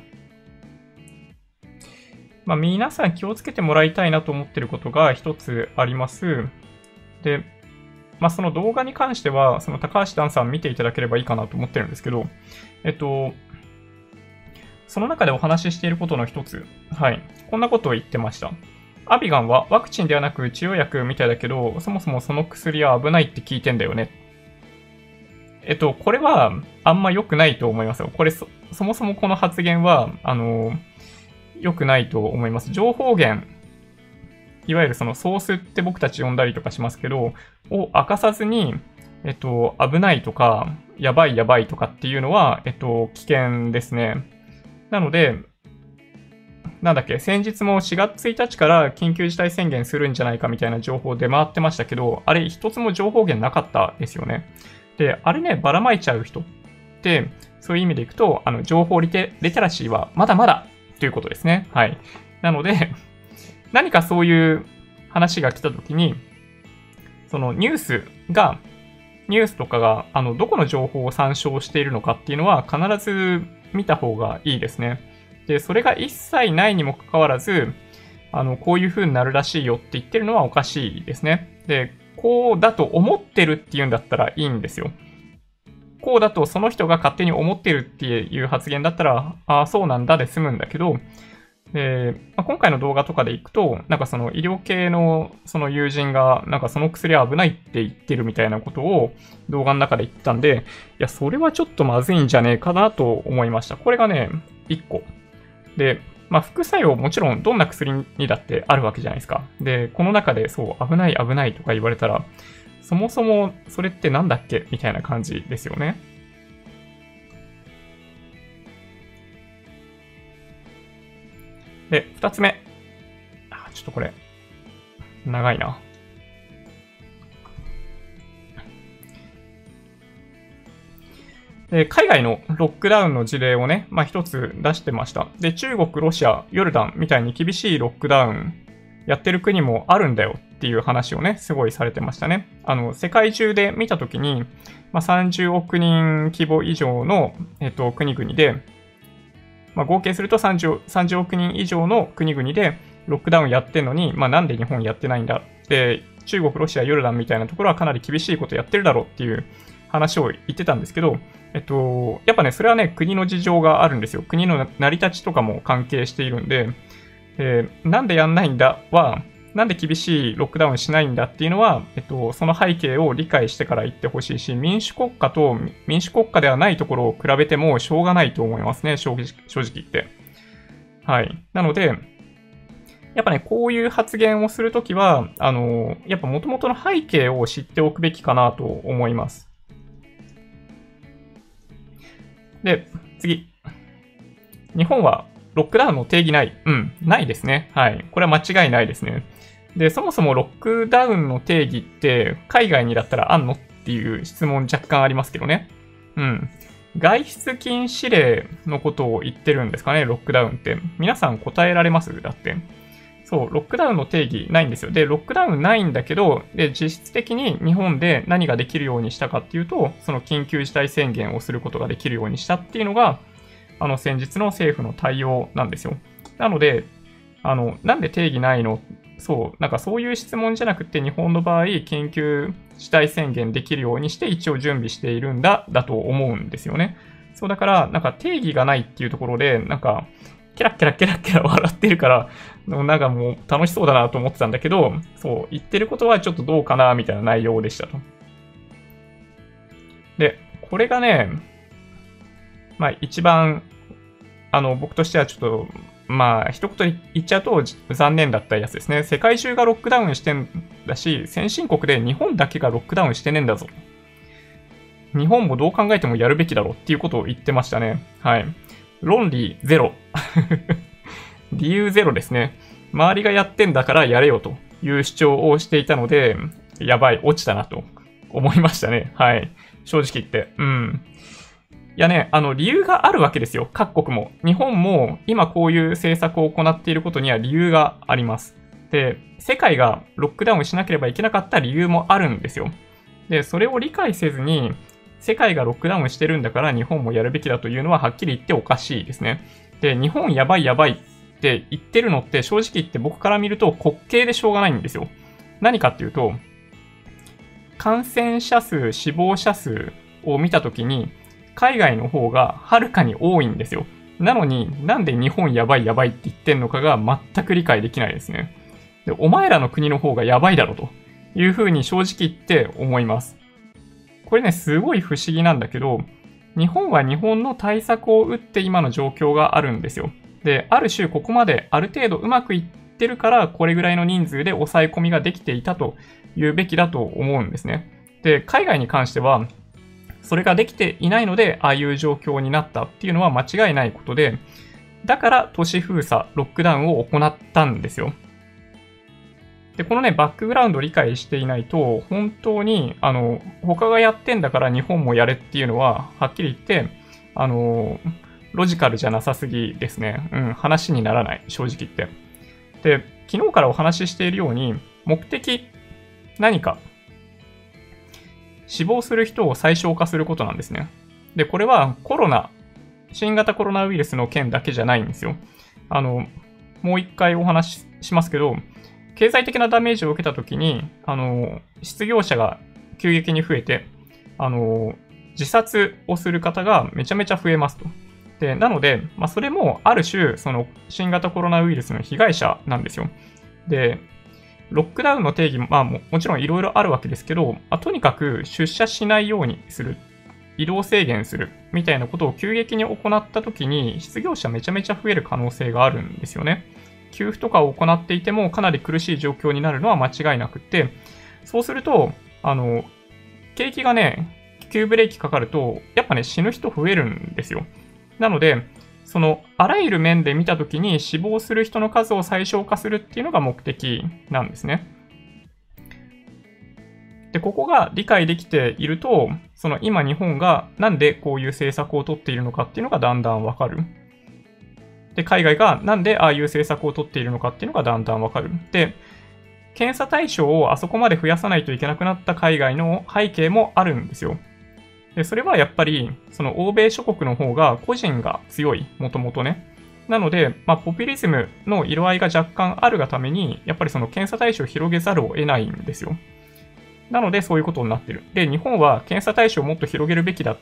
まあ、皆さん気をつけてもらいたいなと思ってることが一つあります。で、まあ、その動画に関しては、その高橋段さん見ていただければいいかなと思ってるんですけど、えっと、その中でお話ししていることの一つ、はい、こんなことを言ってました。アビガンはワクチンではなく治療薬みたいだけど、そもそもその薬は危ないって聞いてんだよね。えっと、これはあんま良くないと思いますよ。これそ、そもそもこの発言は、あの、良くないと思います。情報源、いわゆるそのソースって僕たち呼んだりとかしますけど、を明かさずに、えっと、危ないとか、やばいやばいとかっていうのは、えっと、危険ですね。なので、なんだっけ、先日もしがつついたちから緊急事態宣言するんじゃないかみたいな情報出回ってましたけど、あれ一つも情報源なかったですよね。で、あれね、ばらまいちゃう人って、そういう意味でいくと、あの、情報リテ、リテラシーはまだまだということですね。はい。なので、何かそういう話が来たときに、そのニュースが、ニュースとかが、あの、どこの情報を参照しているのかっていうのは必ず見た方がいいですね。で、それが一切ないにもかかわらず、あの、こういう風になるらしいよって言ってるのはおかしいですね。で、こうだと思ってるっていうんだったらいいんですよ。こうだとその人が勝手に思ってるっていう発言だったら、ああ、そうなんだで済むんだけど、で、まあ、今回の動画とかでいくと、なんかその医療系のその友人が、なんかその薬は危ないって言ってるみたいなことを動画の中で言ったんで、いや、それはちょっとまずいんじゃねえかなと思いました。これがね、いっこ。で、まあ、副作用もちろんどんな薬にだってあるわけじゃないですか。で、この中でそう、危ない危ないとか言われたら、そもそもそれってなんだっけみたいな感じですよね。で、二つ目。あ、ちょっとこれ、長いな。で、海外のロックダウンの事例をね、まあ一つ出してました。で、中国、ロシア、ヨルダンみたいに厳しいロックダウンやってる国もあるんだよっていう話をね、すごいされてましたね。あの、世界中で見たときに、まあ、さんじゅうおくにん規模以上の、えっと、国々で、まあ、合計するとさんじゅう、さんじゅうおくにん以上の国々でロックダウンやってんのに、まあ、なんで日本やってないんだって、中国、ロシア、ヨルダンみたいなところはかなり厳しいことやってるだろうっていう話を言ってたんですけど、えっと、やっぱね、それはね、国の事情があるんですよ。国の成り立ちとかも関係しているんで、えー、なんでやんないんだは、なんで厳しいロックダウンしないんだっていうのは、えっと、その背景を理解してから言ってほしいし、民主国家と民主国家ではないところを比べてもしょうがないと思いますね、正直正直言って。はい。なので、やっぱね、こういう発言をするときは、あの、やっぱ元々の背景を知っておくべきかなと思います。で、次。日本はロックダウンの定義ない。うん、ないですね。はい。これは間違いないですね。で、そもそもロックダウンの定義って海外にだったらあんのっていう質問若干ありますけどね。うん。外出禁止令のことを言ってるんですかね、ロックダウンって。皆さん答えられますだって。そう、ロックダウンの定義ないんですよ。で、ロックダウンないんだけど、で、実質的に日本で何ができるようにしたかっていうと、その緊急事態宣言をすることができるようにしたっていうのが、あの、先日の政府の対応なんですよ。なので、あの、なんで定義ないの？そう、なんかそういう質問じゃなくて、日本の場合、緊急事態宣言できるようにして一応準備しているんだ、だと思うんですよね。そうだから、なんか定義がないっていうところで、なんか、ケラッケラッケラッケラ笑ってるから、なんかもう楽しそうだなと思ってたんだけど、そう、言ってることはちょっとどうかな、みたいな内容でしたと。で、これがね、まあ一番、あの、僕としてはちょっと、まあ、一言言っちゃうと残念だったやつですね。世界中がロックダウンしてんだし、先進国で日本だけがロックダウンしてねえんだぞ。日本もどう考えてもやるべきだろっていうことを言ってましたね。はい。論理ゼロ。理由ゼロですね。周りがやってんだからやれよという主張をしていたので、やばい、落ちたなと思いましたね。はい。正直言って。うん。 いやね、あの、理由があるわけですよ。各国も。日本も今こういう政策を行っていることには理由があります。で、世界がロックダウンしなければいけなかった理由もあるんですよ。で、それを理解せずに、世界がロックダウンしてるんだから日本もやるべきだというのははっきり言っておかしいですね。で、日本やばいやばいって言ってるのって正直言って僕から見ると滑稽でしょうがないんですよ。何かっていうと、感染者数、死亡者数を見たときに、海外の方がはるかに多いんですよ。なのになんで日本やばいやばいって言ってんのかが全く理解できないですね。で、お前らの国の方がやばいだろというふうに正直言って思います。これね、すごい不思議なんだけど、日本は日本の対策を打って今の状況があるんですよ。で、ある種ここまである程度うまくいってるから、これぐらいの人数で抑え込みができていたというべきだと思うんですね。で、海外に関しては、それができていないので、ああいう状況になったっていうのは間違いないことで、だから都市封鎖、ロックダウンを行ったんですよ。で、このね、バックグラウンドを理解していないと、本当に、あの、他がやってんだから日本もやれっていうのは、はっきり言って、あの、ロジカルじゃなさすぎですね。うん、話にならない、正直言って。で、昨日からお話ししているように、目的、何か、死亡する人を最小化することなんですね。で、これはコロナ、新型コロナウイルスの件だけじゃないんですよ。あの、もう一回お話ししますけど、経済的なダメージを受けたときに、あの、失業者が急激に増えて、あの、自殺をする方がめちゃめちゃ増えますと。で、なので、まあ、それもある種、その新型コロナウイルスの被害者なんですよ。で、ロックダウンの定義も、まあ、ももちろんいろいろあるわけですけど、まあ、とにかく出社しないようにする、移動制限するみたいなことを急激に行ったときに、失業者めちゃめちゃ増える可能性があるんですよね。給付とかを行っていてもかなり苦しい状況になるのは間違いなくて、そうすると、あの、景気がね、急ブレーキかかると、やっぱね、死ぬ人増えるんですよ。なので、その、あらゆる面で見たときに死亡する人の数を最小化するっていうのが目的なんですね。で、ここが理解できていると、その今日本がなんでこういう政策を取っているのかっていうのがだんだんわかる。で、海外がなんでああいう政策を取っているのかっていうのがだんだんわかる。で、検査対象をあそこまで増やさないといけなくなった海外の背景もあるんですよ。で、それはやっぱり、その欧米諸国の方が個人が強い、もともとね。なので、まあ、ポピュリズムの色合いが若干あるがために、やっぱりその検査対象を広げざるを得ないんですよ。なので、そういうことになってる。で、日本は検査対象をもっと広げるべきだって、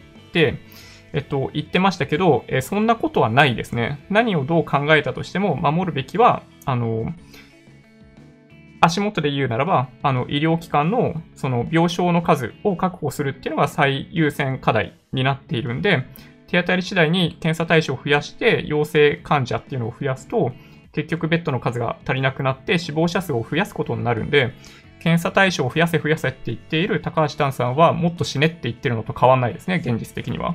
えっと、言ってましたけど、えそんなことはないですね。何をどう考えたとしても、守るべきは、あの、足元で言うならば、あの、医療機関の、その、病床の数を確保するっていうのが最優先課題になっているんで、手当たり次第に検査対象を増やして、陽性患者っていうのを増やすと、結局ベッドの数が足りなくなって死亡者数を増やすことになるんで、検査対象を増やせ増やせって言っている高橋丹さんはもっと死ねって言ってるのと変わんないですね、現実的には。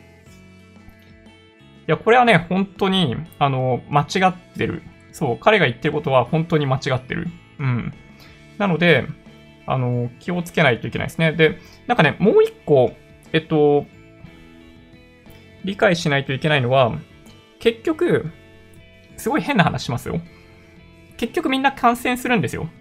いや、これはね、本当に、あの、間違ってる。そう、彼が言ってることは本当に間違ってる。うん。なので、あの、気をつけないといけないですね。で、なんかね、もう一個、えっと、理解しないといけないのは、結局、すごい変な話しますよ。結局みんな感染するんですよ。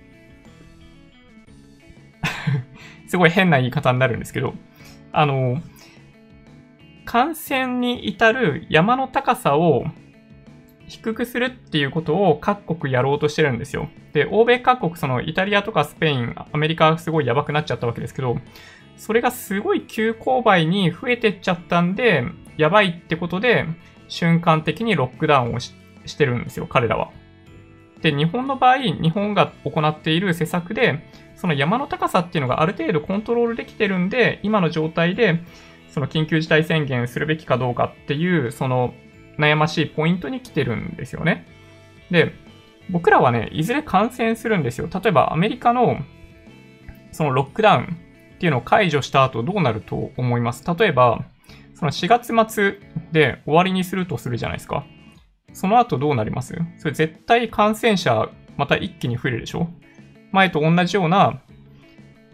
すごい変な言い方になるんですけど、あの、感染に至る山の高さを低くするっていうことを各国やろうとしてるんですよ。で、欧米各国、そのイタリアとかスペイン、アメリカがすごいやばくなっちゃったわけですけど、それがすごい急勾配に増えてっちゃったんで、やばいってことで、瞬間的にロックダウンを し, してるんですよ、彼らは。で、日本の場合、日本が行っている施策で、その山の高さっていうのがある程度コントロールできてるんで、今の状態で、その緊急事態宣言するべきかどうかっていう、その悩ましいポイントに来てるんですよね。で、僕らはね、いずれ感染するんですよ。例えばアメリカのそのロックダウンっていうのを解除した後どうなると思います？例えば、そのしがつ末で終わりにするとするじゃないですか。その後どうなります？それ絶対感染者また一気に増えるでしょ？前と同じような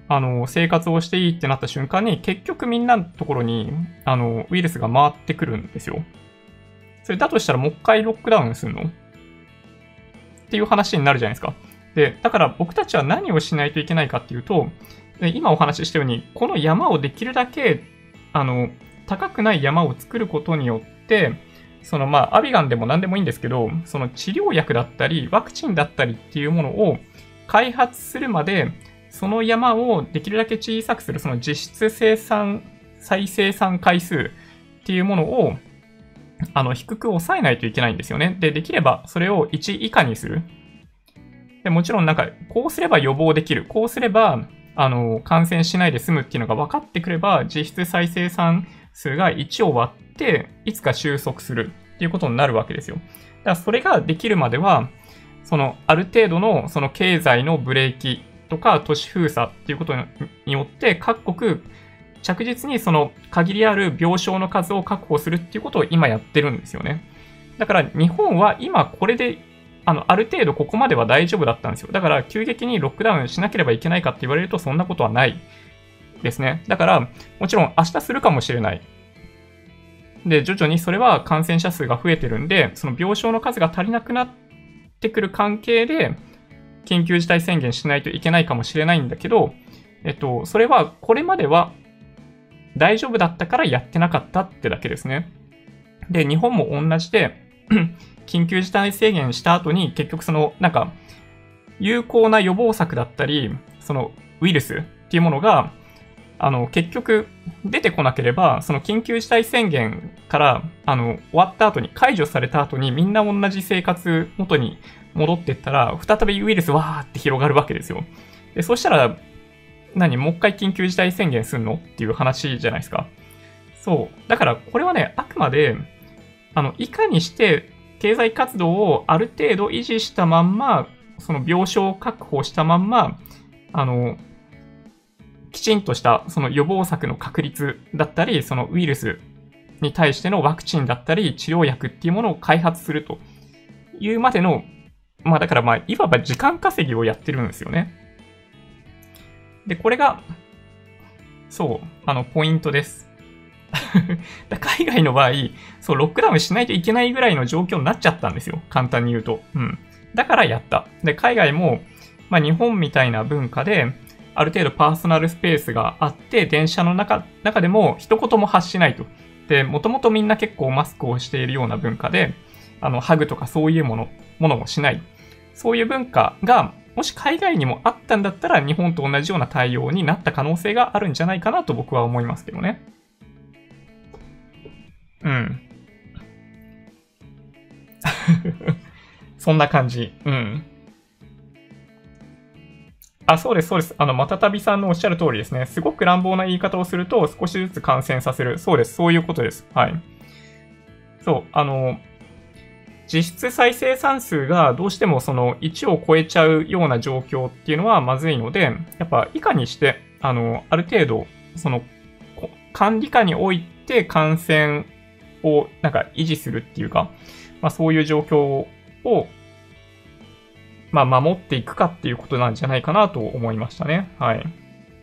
あの、生活をしていいってなった瞬間に、結局みんなのところに、あの、ウイルスが回ってくるんですよ。それだとしたらもう一回ロックダウンするのっていう話になるじゃないですか。で、だから僕たちは何をしないといけないかっていうと、今お話ししたように、この山をできるだけ、あの、高くない山を作ることによって、そのまあ、アビガンでも何でもいいんですけど、その治療薬だったり、ワクチンだったりっていうものを開発するまで、その山をできるだけ小さくする、その実質生産、再生産回数っていうものを、あの、低く抑えないといけないんですよね。で、できればそれをいち以下にする。でもちろんなんか、こうすれば予防できる。こうすれば、あの、感染しないで済むっていうのが分かってくれば、実質再生産数がいちを割って、いつか収束するっていうことになるわけですよ。だからそれができるまでは、その、ある程度のその経済のブレーキとか都市封鎖っていうことによって、各国、着実にその限りある病床の数を確保するっていうことを今やってるんですよね。だから日本は今これであの、ある程度ここまでは大丈夫だったんですよ。だから急激にロックダウンしなければいけないかって言われるとそんなことはないですね。だからもちろん明日するかもしれない。で、徐々にそれは感染者数が増えてるんで、その病床の数が足りなくなってくる関係で緊急事態宣言しないといけないかもしれないんだけど、えっと、それはこれまでは大丈夫だったからやってなかったってだけですね。で、日本も同じで、緊急事態宣言した後に結局その、なんか、有効な予防策だったり、そのウイルスっていうものが、あの、結局出てこなければ、その緊急事態宣言から、あの、終わった後に、解除された後にみんな同じ生活元に戻っていったら、再びウイルスわーって広がるわけですよ。で、そしたら、何もう一回緊急事態宣言すんのっていう話じゃないですか。そう。だからこれはね、あくまで、あの、いかにして経済活動をある程度維持したまんま、その病床を確保したまんま、あの、きちんとしたその予防策の確立だったり、そのウイルスに対してのワクチンだったり、治療薬っていうものを開発するというまでの、まあだからまあ、いわば時間稼ぎをやってるんですよね。で、これが、そう、あの、ポイントです。海外の場合、そう、ロックダウンしないといけないぐらいの状況になっちゃったんですよ。簡単に言うと。うん。だからやった。で、海外も、まあ日本みたいな文化で、ある程度パーソナルスペースがあって、電車の中、中でも一言も発しないと。で、もともとみんな結構マスクをしているような文化で、あの、ハグとかそういうもの、ものもしない。そういう文化が、もし海外にもあったんだったら、日本と同じような対応になった可能性があるんじゃないかなと僕は思いますけどね。うん。そんな感じ。うん。あ、そうです、そうです。あの、またたびさんのおっしゃる通りですね。すごく乱暴な言い方をすると、少しずつ感染させる。そうです、そういうことです。はい。そう、あの、実質再生産数がどうしてもそのいちを超えちゃうような状況っていうのはまずいので、やっぱいかにして、あの、ある程度、その、管理下において感染をなんか維持するっていうか、まあそういう状況を、まあ守っていくかっていうことなんじゃないかなと思いましたね。はい。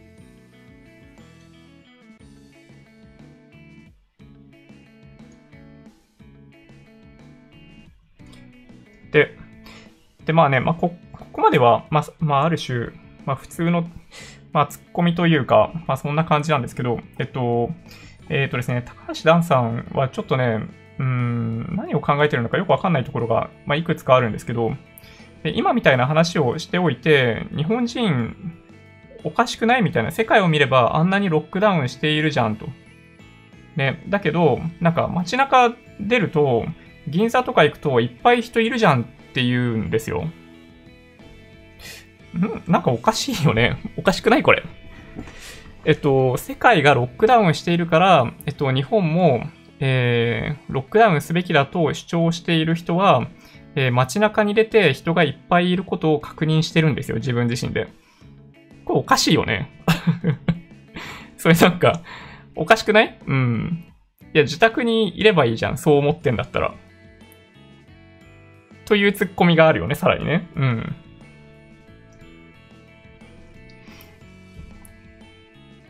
で、で、まあね、まあこ、ここまでは、まあ、まあある種、まあ普通の、まあツッコミというか、まあそんな感じなんですけど、えっと、えっとですね、高橋ダンさんはちょっとね、うーん、何を考えてるのかよくわかんないところが、まあ、いくつかあるんですけど、今みたいな話をしておいて、日本人おかしくないみたいな、世界を見ればあんなにロックダウンしているじゃんと。ね、だけど、なんか街中出ると、銀座とか行くといっぱい人いるじゃんって言うんですよ。んなんかおかしいよね。おかしくないこれ。えっと、世界がロックダウンしているから、えっと、日本も、えー、ロックダウンすべきだと主張している人は、えー、街中に出て人がいっぱいいることを確認してるんですよ、自分自身で。これおかしいよね。それなんか、おかしくない？うん。いや、自宅にいればいいじゃん、そう思ってんだったら。というツッコミがあるよね、さらにね。うん。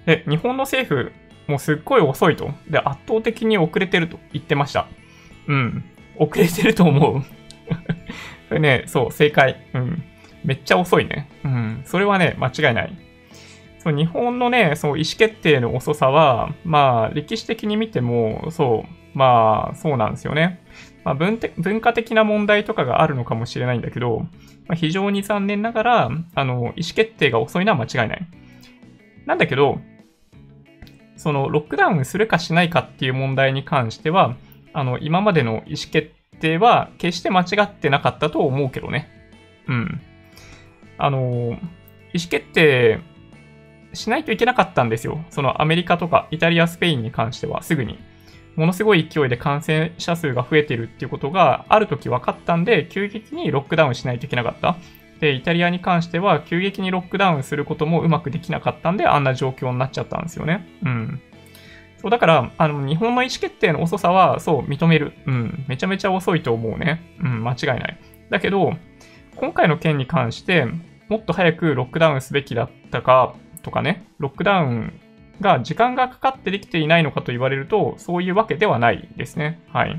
で、日本の政府もすっごい遅いと。で、圧倒的に遅れてると言ってました。うん。遅れてると思う。それね、そう、正解。うん。めっちゃ遅いね。うん。それはね、間違いない。そう、日本のね、そう、意思決定の遅さは、まあ、歴史的に見ても、そう、まあ、そうなんですよね。まあ、文て文化的な問題とかがあるのかもしれないんだけど、まあ、非常に残念ながら、あの、意思決定が遅いのは間違いない。なんだけど、その、ロックダウンするかしないかっていう問題に関しては、あの、今までの意思決定は決して間違ってなかったと思うけどね。うん。あの、意思決定しないといけなかったんですよ。そのアメリカとかイタリア、スペインに関してはすぐに。ものすごい勢いで感染者数が増えてるっていうことがある時分かったんで、急激にロックダウンしないといけなかった。で、イタリアに関しては急激にロックダウンすることもうまくできなかったんで、あんな状況になっちゃったんですよね。うん。そう、だから、あの、日本の意思決定の遅さは、そう、認める。うん。めちゃめちゃ遅いと思うね。うん、間違いない。だけど、今回の件に関して、もっと早くロックダウンすべきだったか、とかね、ロックダウンが時間がかかってできていないのかと言われると、そういうわけではないですね。はい。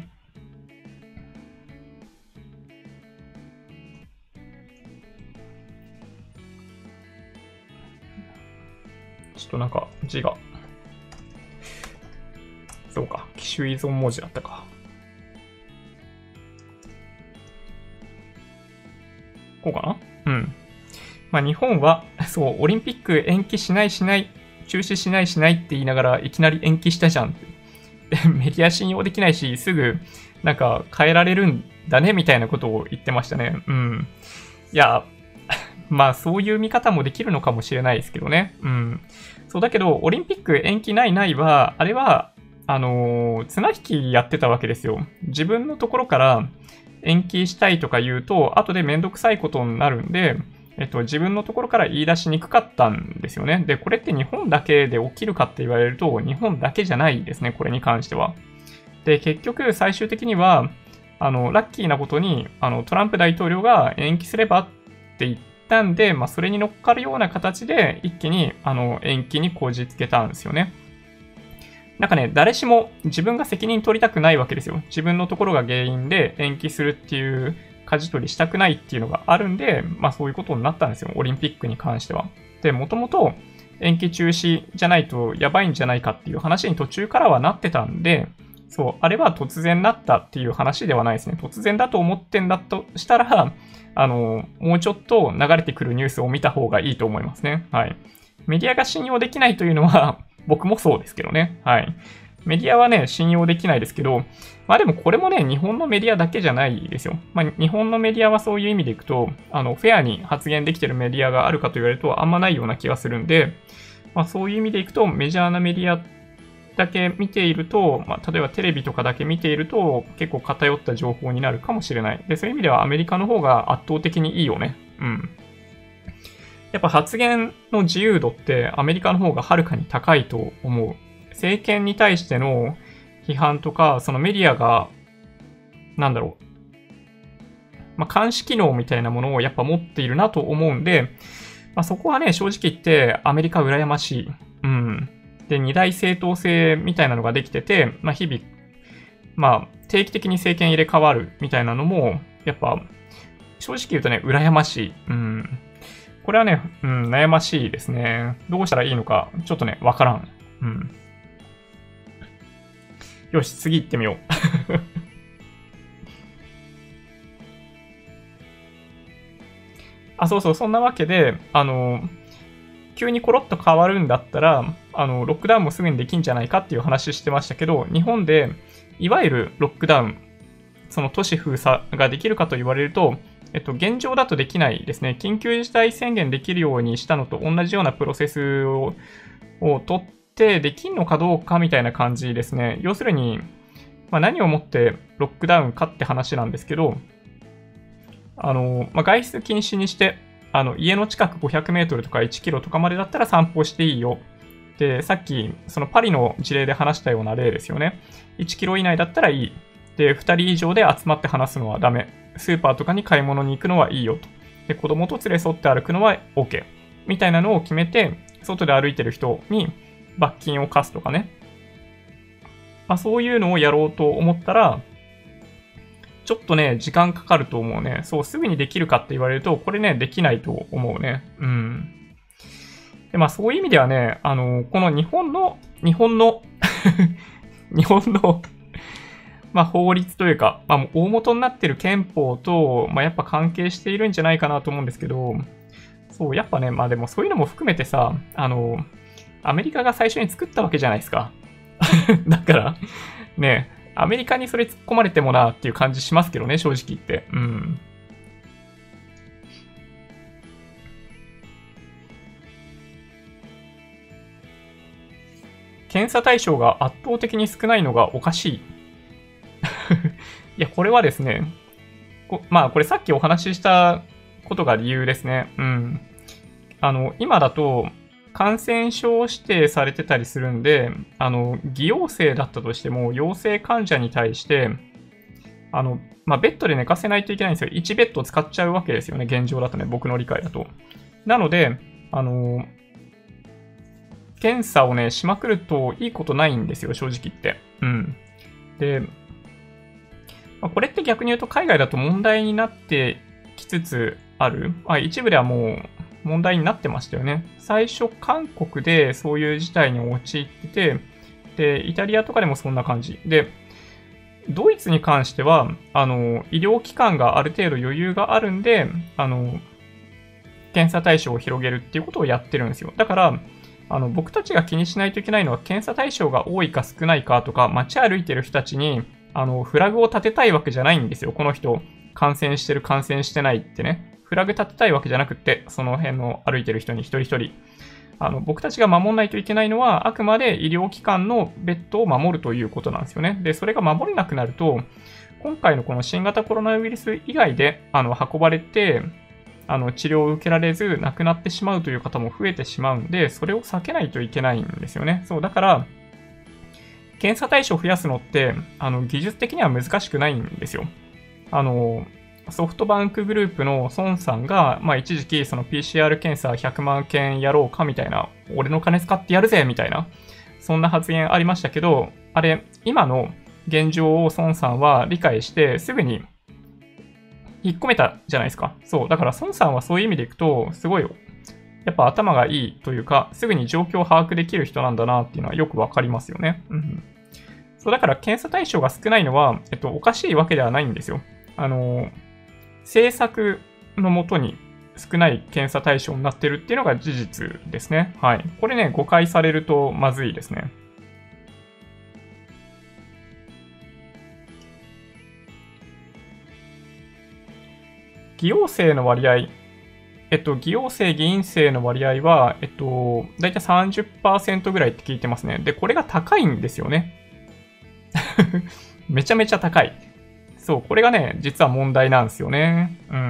ちょっとなんか字が、そうか、機種依存文字だったか。こうかな？うん。まあ日本は、そう、オリンピック延期しないしない、中止しないしないって言いながらいきなり延期したじゃん。メディア信用できないし、すぐなんか変えられるんだねみたいなことを言ってましたね。うん。いや、まあそういう見方もできるのかもしれないですけどね。うん。そうだけど、オリンピック延期ないないは、あれは、あのー、綱引きやってたわけですよ。自分のところから延期したいとか言うと、後でめんどくさいことになるんで、えっと、自分のところから言い出しにくかったんですよね。で、これって日本だけで起きるかって言われると、日本だけじゃないですね、これに関しては。で、結局、最終的には、あの、ラッキーなことに、あの、トランプ大統領が延期すればって言ったんで、まあ、それに乗っかるような形で、一気に、あの、延期にこじつけたんですよね。なんかね、誰しも自分が責任取りたくないわけですよ。自分のところが原因で延期するっていう舵取りしたくないっていうのがあるんで、まあそういうことになったんですよ。オリンピックに関しては。で、もともと延期中止じゃないとやばいんじゃないかっていう話に途中からはなってたんで、そう、あれは突然なったっていう話ではないですね。突然だと思ってんだとしたら、あの、もうちょっと流れてくるニュースを見た方がいいと思いますね。はい。メディアが信用できないというのは、僕もそうですけどね。はい。メディアはね、信用できないですけど、まあでもこれもね、日本のメディアだけじゃないですよ。まあ日本のメディアはそういう意味でいくと、あの、フェアに発言できてるメディアがあるかと言われるとあんまないような気がするんで、まあそういう意味でいくと、メジャーなメディアだけ見ていると、まあ例えばテレビとかだけ見ていると、結構偏った情報になるかもしれない。で、そういう意味ではアメリカの方が圧倒的にいいよね。うん。やっぱ発言の自由度ってアメリカの方がはるかに高いと思う。政権に対しての批判とか、そのメディアが、なんだろう、まあ、監視機能みたいなものをやっぱ持っているなと思うんで、まあ、そこはね、正直言ってアメリカ羨ましい。うん。で、二大政党制みたいなのができてて、まあ、日々、まあ、定期的に政権入れ替わるみたいなのも、やっぱ、正直言うとね、羨ましい。うん。これはね、うん、悩ましいですね。どうしたらいいのか、ちょっとね、わからん。うん。よし、次行ってみよう。あ、そうそう、そんなわけで、あの、急にコロッと変わるんだったら、あの、ロックダウンもすぐにできんじゃないかっていう話してましたけど、日本で、いわゆるロックダウン、その都市封鎖ができるかと言われると、えっと、現状だとできないですね。緊急事態宣言できるようにしたのと同じようなプロセスを、を取ってできんのかどうかみたいな感じですね。要するに、まあ、何をもってロックダウンかって話なんですけど、あの、まあ、外出禁止にして、あの、家の近くごひゃくメートルとかいちキロとかまでだったら散歩していいよ。で、さっき、そのパリの事例で話したような例ですよね。いちキロ以内だったらいい。で、ふたり以上で集まって話すのはダメ。スーパーとかに買い物に行くのはいいよと。で、子供と連れ添って歩くのは OK。みたいなのを決めて、外で歩いてる人に、 罰金を課すとかね。まあそういうのをやろうと思ったら、ちょっとね、時間かかると思うね。そう、すぐにできるかって言われると、これね、できないと思うね。うん。で、まあそういう意味ではね、あの、この日本の、日本の日本のまあ法律というか、まあ大元になってる憲法と、まあやっぱ関係しているんじゃないかなと思うんですけど、そう、やっぱね、まあでもそういうのも含めてさ、あの、アメリカが最初に作ったわけじゃないですか。だから、ね、アメリカにそれ突っ込まれてもなっていう感じしますけどね、正直言って。うん。検査対象が圧倒的に少ないのがおかしい。いや、これはですね、まあ、これさっきお話ししたことが理由ですね。うん。あの、今だと、感染症指定されてたりするんで、あの、偽陽性だったとしても、陽性患者に対して、あの、まあ、ベッドで寝かせないといけないんですよ。いちベッド使っちゃうわけですよね、現状だとね、僕の理解だと。なので、あの、検査をね、しまくるといいことないんですよ、正直言って。うん。で、まあ、これって逆に言うと海外だと問題になってきつつある。あ、一部ではもう問題になってましたよね。最初、韓国でそういう事態に陥ってて、で、イタリアとかでもそんな感じ。で、ドイツに関しては、あの、医療機関がある程度余裕があるんで、あの、検査対象を広げるっていうことをやってるんですよ。だから、あの、僕たちが気にしないといけないのは、検査対象が多いか少ないかとか、街歩いてる人たちに、あの、フラグを立てたいわけじゃないんですよ。この人、感染してる、感染してないってね。フラグ立てたいわけじゃなくって、その辺の歩いてる人に一人一人。あの、僕たちが守らないといけないのは、あくまで医療機関のベッドを守るということなんですよね。で、それが守れなくなると、今回のこの新型コロナウイルス以外で、あの、運ばれて、あの、治療を受けられず亡くなってしまうという方も増えてしまうんで、それを避けないといけないんですよね。そう、だから、検査対象を増やすのって、あの、技術的には難しくないんですよ。あの、ソフトバンクグループの孫さんが、まあ一時期その ピーシーアール 検査ひゃくまんけんやろうかみたいな、俺の金使ってやるぜみたいな、そんな発言ありましたけど、あれ、今の現状を孫さんは理解して、すぐに引っ込めたじゃないですか。そう。だから孫さんはそういう意味でいくと、すごい、やっぱ頭がいいというか、すぐに状況を把握できる人なんだなっていうのはよくわかりますよね。うん。そう、だから検査対象が少ないのは、えっと、おかしいわけではないんですよ。あの、政策のもとに少ない検査対象になってるっていうのが事実ですね。はい。これね、誤解されるとまずいですね。偽陽性の割合、えっと、偽陽性、偽陰性の割合は、えっと、だいたい さんじゅっパーセント ぐらいって聞いてますね。で、これが高いんですよね。めちゃめちゃ高い。そう、これがね、実は問題なんですよね。うん。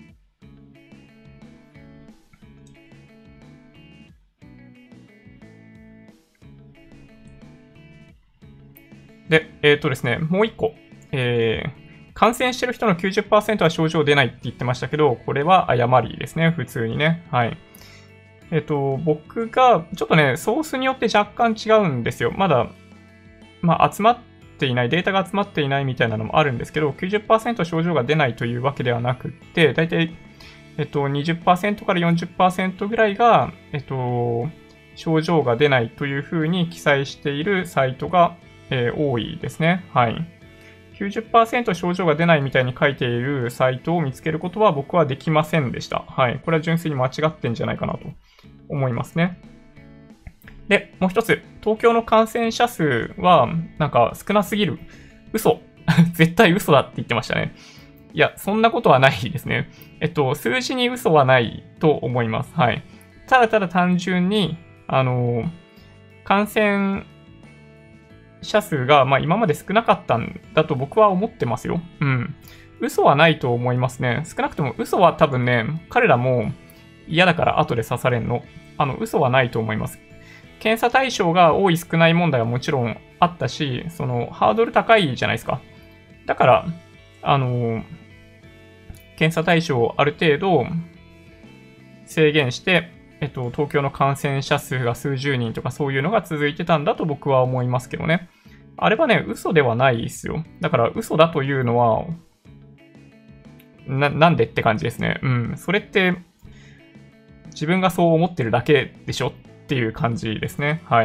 で、えっとですね、もう一個。えー、感染してる人の きゅうじゅっパーセント は症状出ないって言ってましたけど、これは誤りですね、普通にね。はい。えっと、僕が、ちょっとね、ソースによって若干違うんですよ。まだ、まあ、集まっていない、データが集まっていないみたいなのもあるんですけど、きゅうじゅっパーセント 症状が出ないというわけではなくって、だいたい、えっと、にじゅっパーセント から よんじゅっパーセント ぐらいが、えっと、症状が出ないというふうに記載しているサイトが、えー、多いですね。はい。きゅうじゅっパーセント 症状が出ないみたいに書いているサイトを見つけることは僕はできませんでした。はい。これは純粋に間違ってんじゃないかなと思いますね。で、もう一つ、東京の感染者数は、なんか少なすぎる。嘘。絶対嘘だって言ってましたね。いや、そんなことはないですね。えっと、数字に嘘はないと思います。はい。ただただ単純に、あの、感染者数が、まあ、今まで少なかったんだと僕は思ってますよ。うん。嘘はないと思いますね。少なくとも嘘は多分ね、彼らも嫌だから後で刺されんの。あの、嘘はないと思います。検査対象が多い少ない問題はもちろんあったし、その、ハードル高いじゃないですか。だから、あの、検査対象をある程度制限して、 えっと、東京の感染者数が数十人とかそういうのが続いてたんだと僕は思いますけどね。あれはね、嘘ではないですよ。だから嘘だというのは、な、なんでって感じですね。うん。それって、自分がそう思ってるだけでしょっていう感じですね。はい。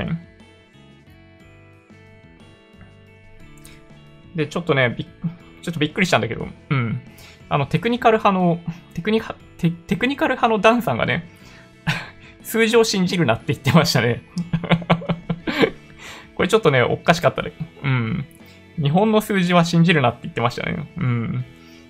で、ちょっとね、びちょっとびっくりしたんだけど、うん。あの、テクニカル派の、テクニカ、テテクニカル派のダンさんがね、数字を信じるなって言ってましたね。これちょっとね、おかしかったね。うん。日本の数字は信じるなって言ってましたね。うん。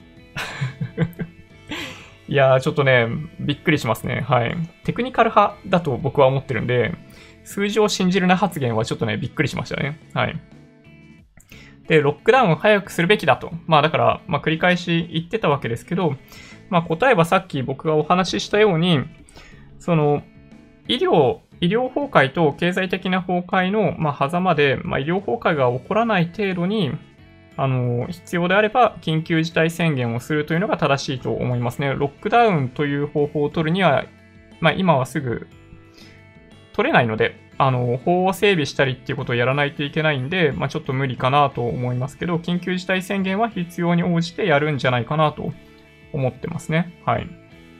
いやー、ちょっとね、びっくりしますね。はい。テクニカル派だと僕は思ってるんで、数字を信じるな発言はちょっとね、びっくりしましたね。はい。で、ロックダウンを早くするべきだと。まあだから、まあ繰り返し言ってたわけですけど、まあ答えはさっき僕がお話ししたように、その、医療、医療崩壊と経済的な崩壊の、まあ、狭間で、まあ、医療崩壊が起こらない程度に、あの、必要であれば緊急事態宣言をするというのが正しいと思いますね。ロックダウンという方法を取るには、まあ、今はすぐ取れないので、あの、法を整備したりっていうことをやらないといけないんで、まあ、ちょっと無理かなと思いますけど、緊急事態宣言は必要に応じてやるんじゃないかなと思ってますね。はい。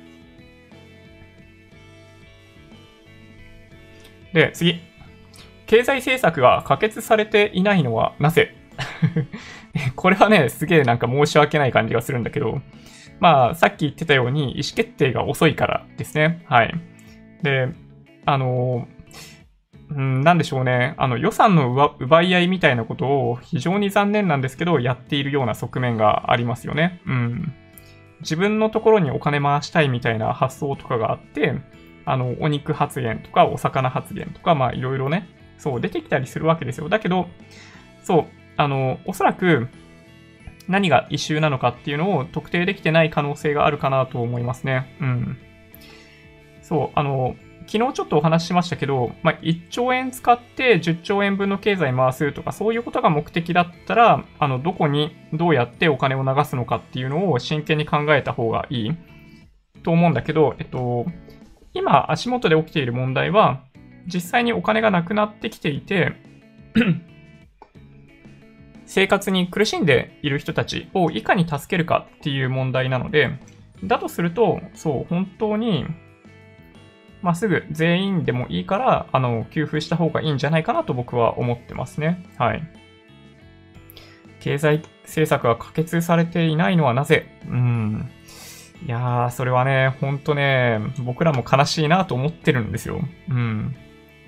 で、次。経済政策が可決されていないのはなぜこれはね、すげえなんか申し訳ない感じがするんだけど、まあ、さっき言ってたように意思決定が遅いからですね。はい。で、あの、うん、なんでしょうね。あの、予算の奪い合いみたいなことを非常に残念なんですけど、やっているような側面がありますよね。うん。自分のところにお金回したいみたいな発想とかがあって、あの、お肉発言とかお魚発言とか、まあいろいろね、そう出てきたりするわけですよ。だけど、そう、あの、おそらく何がイシューなのかっていうのを特定できてない可能性があるかなと思いますね。うん。そう、あの、昨日ちょっとお話ししましたけど、まあ、いっちょうえん使ってじゅっちょうえんぶんの経済回すとか、そういうことが目的だったら、あの、どこにどうやってお金を流すのかっていうのを真剣に考えた方がいいと思うんだけど、えっと、今足元で起きている問題は、実際にお金がなくなってきていて、生活に苦しんでいる人たちをいかに助けるかっていう問題なので、だとすると、そう、本当に、まあ、すぐ全員でもいいから、あの、給付した方がいいんじゃないかなと僕は思ってますね。はい。経済政策が可決されていないのはなぜ？うん。いやー、それはね、ほんとね、僕らも悲しいなと思ってるんですよ。うん。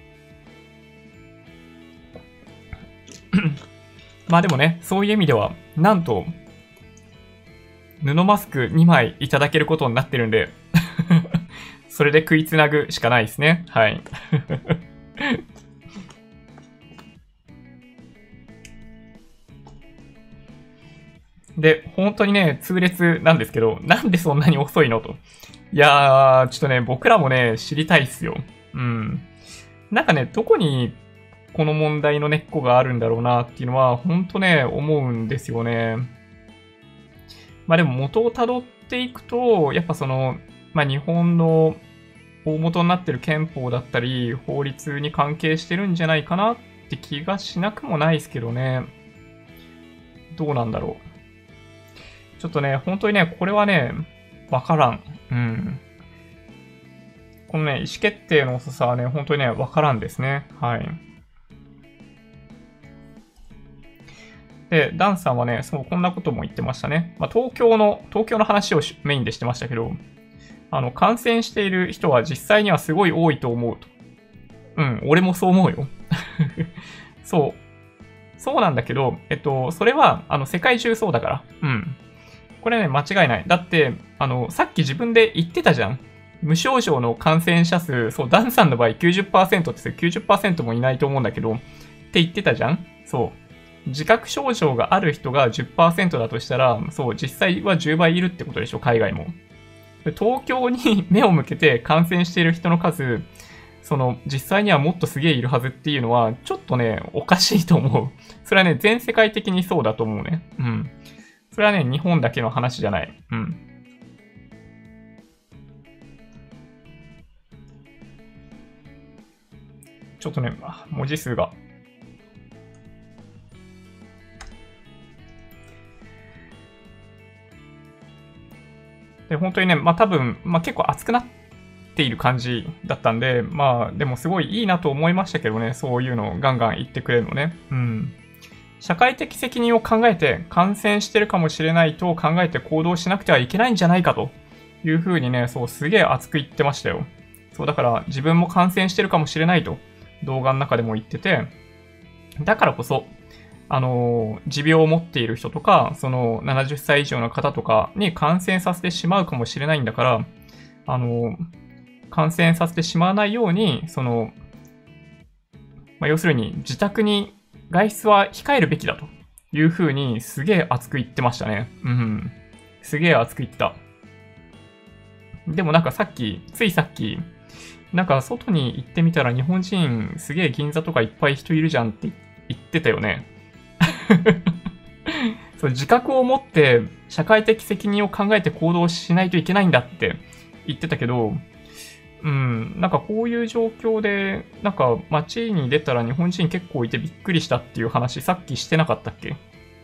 まあでもね、そういう意味では、なんと、布マスクにまいいただけることになってるんで、それで食いつなぐしかないですね。はい。で、本当にね、痛烈なんですけど、なんでそんなに遅いのと。いやー、ちょっとね、僕らもね、知りたいっすよ。うん。なんかね、どこにこの問題の根っこがあるんだろうなっていうのは、ほんとね、思うんですよね。まあでも元を辿っていくと、やっぱその、まあ日本の大元になってる憲法だったり、法律に関係してるんじゃないかなって気がしなくもないですけどね。どうなんだろう。ちょっとね、本当にね、これはね、わからん。うん。このね、意思決定の遅さはね、本当にね、わからんですね。はい。で、ダンさんはね、そう、こんなことも言ってましたね。まあ、東京の、東京の話をメインでしてましたけど、あの、感染している人は実際にはすごい多いと思うと。うん、俺もそう思うよ。そう。そうなんだけど、えっと、それは、あの、世界中そうだから。うん。これね、間違いない。だって、あの、さっき自分で言ってたじゃん。無症状の感染者数、そう、ダンさんの場合きゅうじゅっパーセントってきゅうじゅっパーセントもいないと思うんだけど、って言ってたじゃん。そう。自覚症状がある人がじゅっパーセントだとしたら、そう、実際はじゅうばいいるってことでしょ、海外も。東京に目を向けて感染している人の数、その、実際にはもっとすげえいるはずっていうのは、ちょっとね、おかしいと思う。それはね、全世界的にそうだと思うね。うん。それはね、日本だけの話じゃない。うん。 ちょっとね、文字数が。で、本当にね、まあ多分、まあ結構熱くなっている感じだったんで、まあでもすごいいいなと思いましたけどね、そういうのをガンガン言ってくれるのね。うん。社会的責任を考えて感染してるかもしれないと考えて行動しなくてはいけないんじゃないかというふうにね、そうすげえ熱く言ってましたよ。そうだから自分も感染してるかもしれないと動画の中でも言ってて、だからこそ、あの、持病を持っている人とか、そのななじゅっさい以上の方とかに感染させてしまうかもしれないんだから、あの、感染させてしまわないように、その、まあ、要するに自宅に外出は控えるべきだというふうにすげえ熱く言ってましたね。うん。すげえ熱く言ってた。でもなんかさっき、ついさっき、なんか外に行ってみたら日本人すげえ銀座とかいっぱい人いるじゃんって言ってたよね。そう、自覚を持って社会的責任を考えて行動しないといけないんだって言ってたけど、うん、なんかこういう状況で、なんか街に出たら日本人結構いてびっくりしたっていう話さっきしてなかったっけ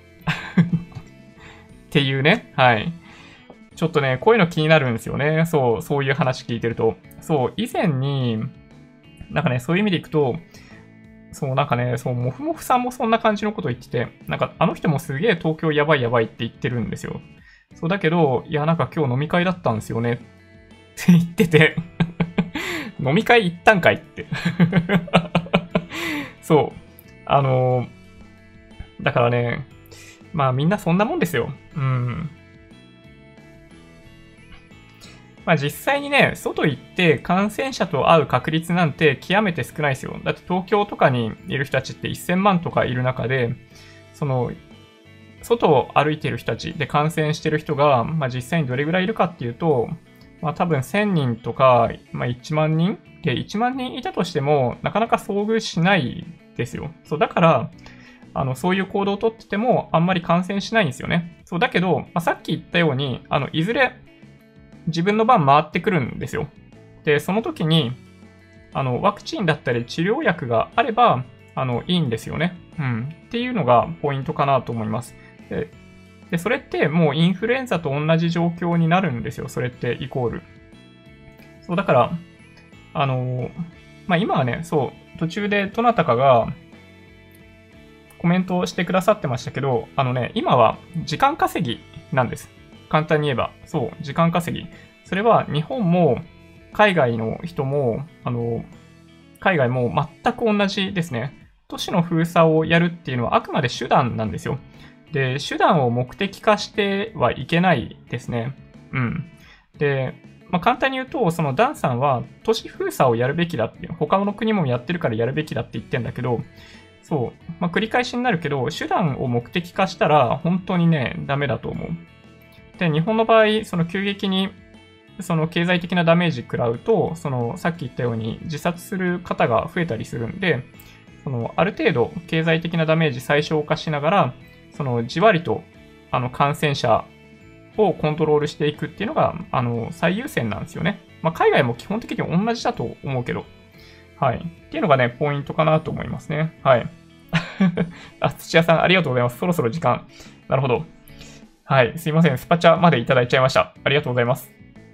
っていうね、はい。ちょっとね、こういうの気になるんですよね。そう、そういう話聞いてると。そう、以前に、なんかね、そういう意味でいくと、そう、なんかね、そう、もふもふさんもそんな感じのこと言ってて、なんかあの人もすげえ東京やばいやばいって言ってるんですよ。そうだけど、いや、なんか今日飲み会だったんですよねって言ってて飲み会行ったんかいってそう。あのー、だからね、まあみんなそんなもんですよ。うん。まあ実際にね、外行って感染者と会う確率なんて極めて少ないですよ。だって東京とかにいる人たちってせんまんとかいる中で、その、外を歩いている人たちで感染してる人が、まあ実際にどれぐらいいるかっていうと、まあ多分せんにんとか、まあいちまんにんでいちまんにんいたとしても、なかなか遭遇しないですよ。そう、だから、あの、そういう行動をとってても、あんまり感染しないんですよね。そう、だけど、まあ、さっき言ったように、あの、いずれ、自分の番回ってくるんですよ。で、その時に、あの、ワクチンだったり治療薬があれば、あの、いいんですよね。うん。っていうのがポイントかなと思います。で、でそれってもうインフルエンザと同じ状況になるんですよ。それってイコール。そう、だから、あの、まあ、今はね、そう、途中でどなたかがコメントをしてくださってましたけど、あのね、今は時間稼ぎなんです。簡単に言えば。そう、時間稼ぎ。それは日本も海外の人も、あの、海外も全く同じですね。都市の封鎖をやるっていうのはあくまで手段なんですよ。で、手段を目的化してはいけないですね。うん。で、まあ、簡単に言うと、そのダンさんは都市封鎖をやるべきだって、他の国もやってるからやるべきだって言ってんだけど、そう。まあ、繰り返しになるけど、手段を目的化したら本当にね、ダメだと思う。で、日本の場合、その急激にその経済的なダメージ食らうと、そのさっき言ったように自殺する方が増えたりするんで、そのある程度経済的なダメージ最小化しながら、そのじわりとあの感染者をコントロールしていくっていうのがあの最優先なんですよね。まあ、海外も基本的に同じだと思うけど、はい。っていうのがね、ポイントかなと思いますね。はい。あ、土屋さんありがとうございます。そろそろ時間。なるほど。はい。すいません。スパチャまでいただいちゃいました。ありがとうございます。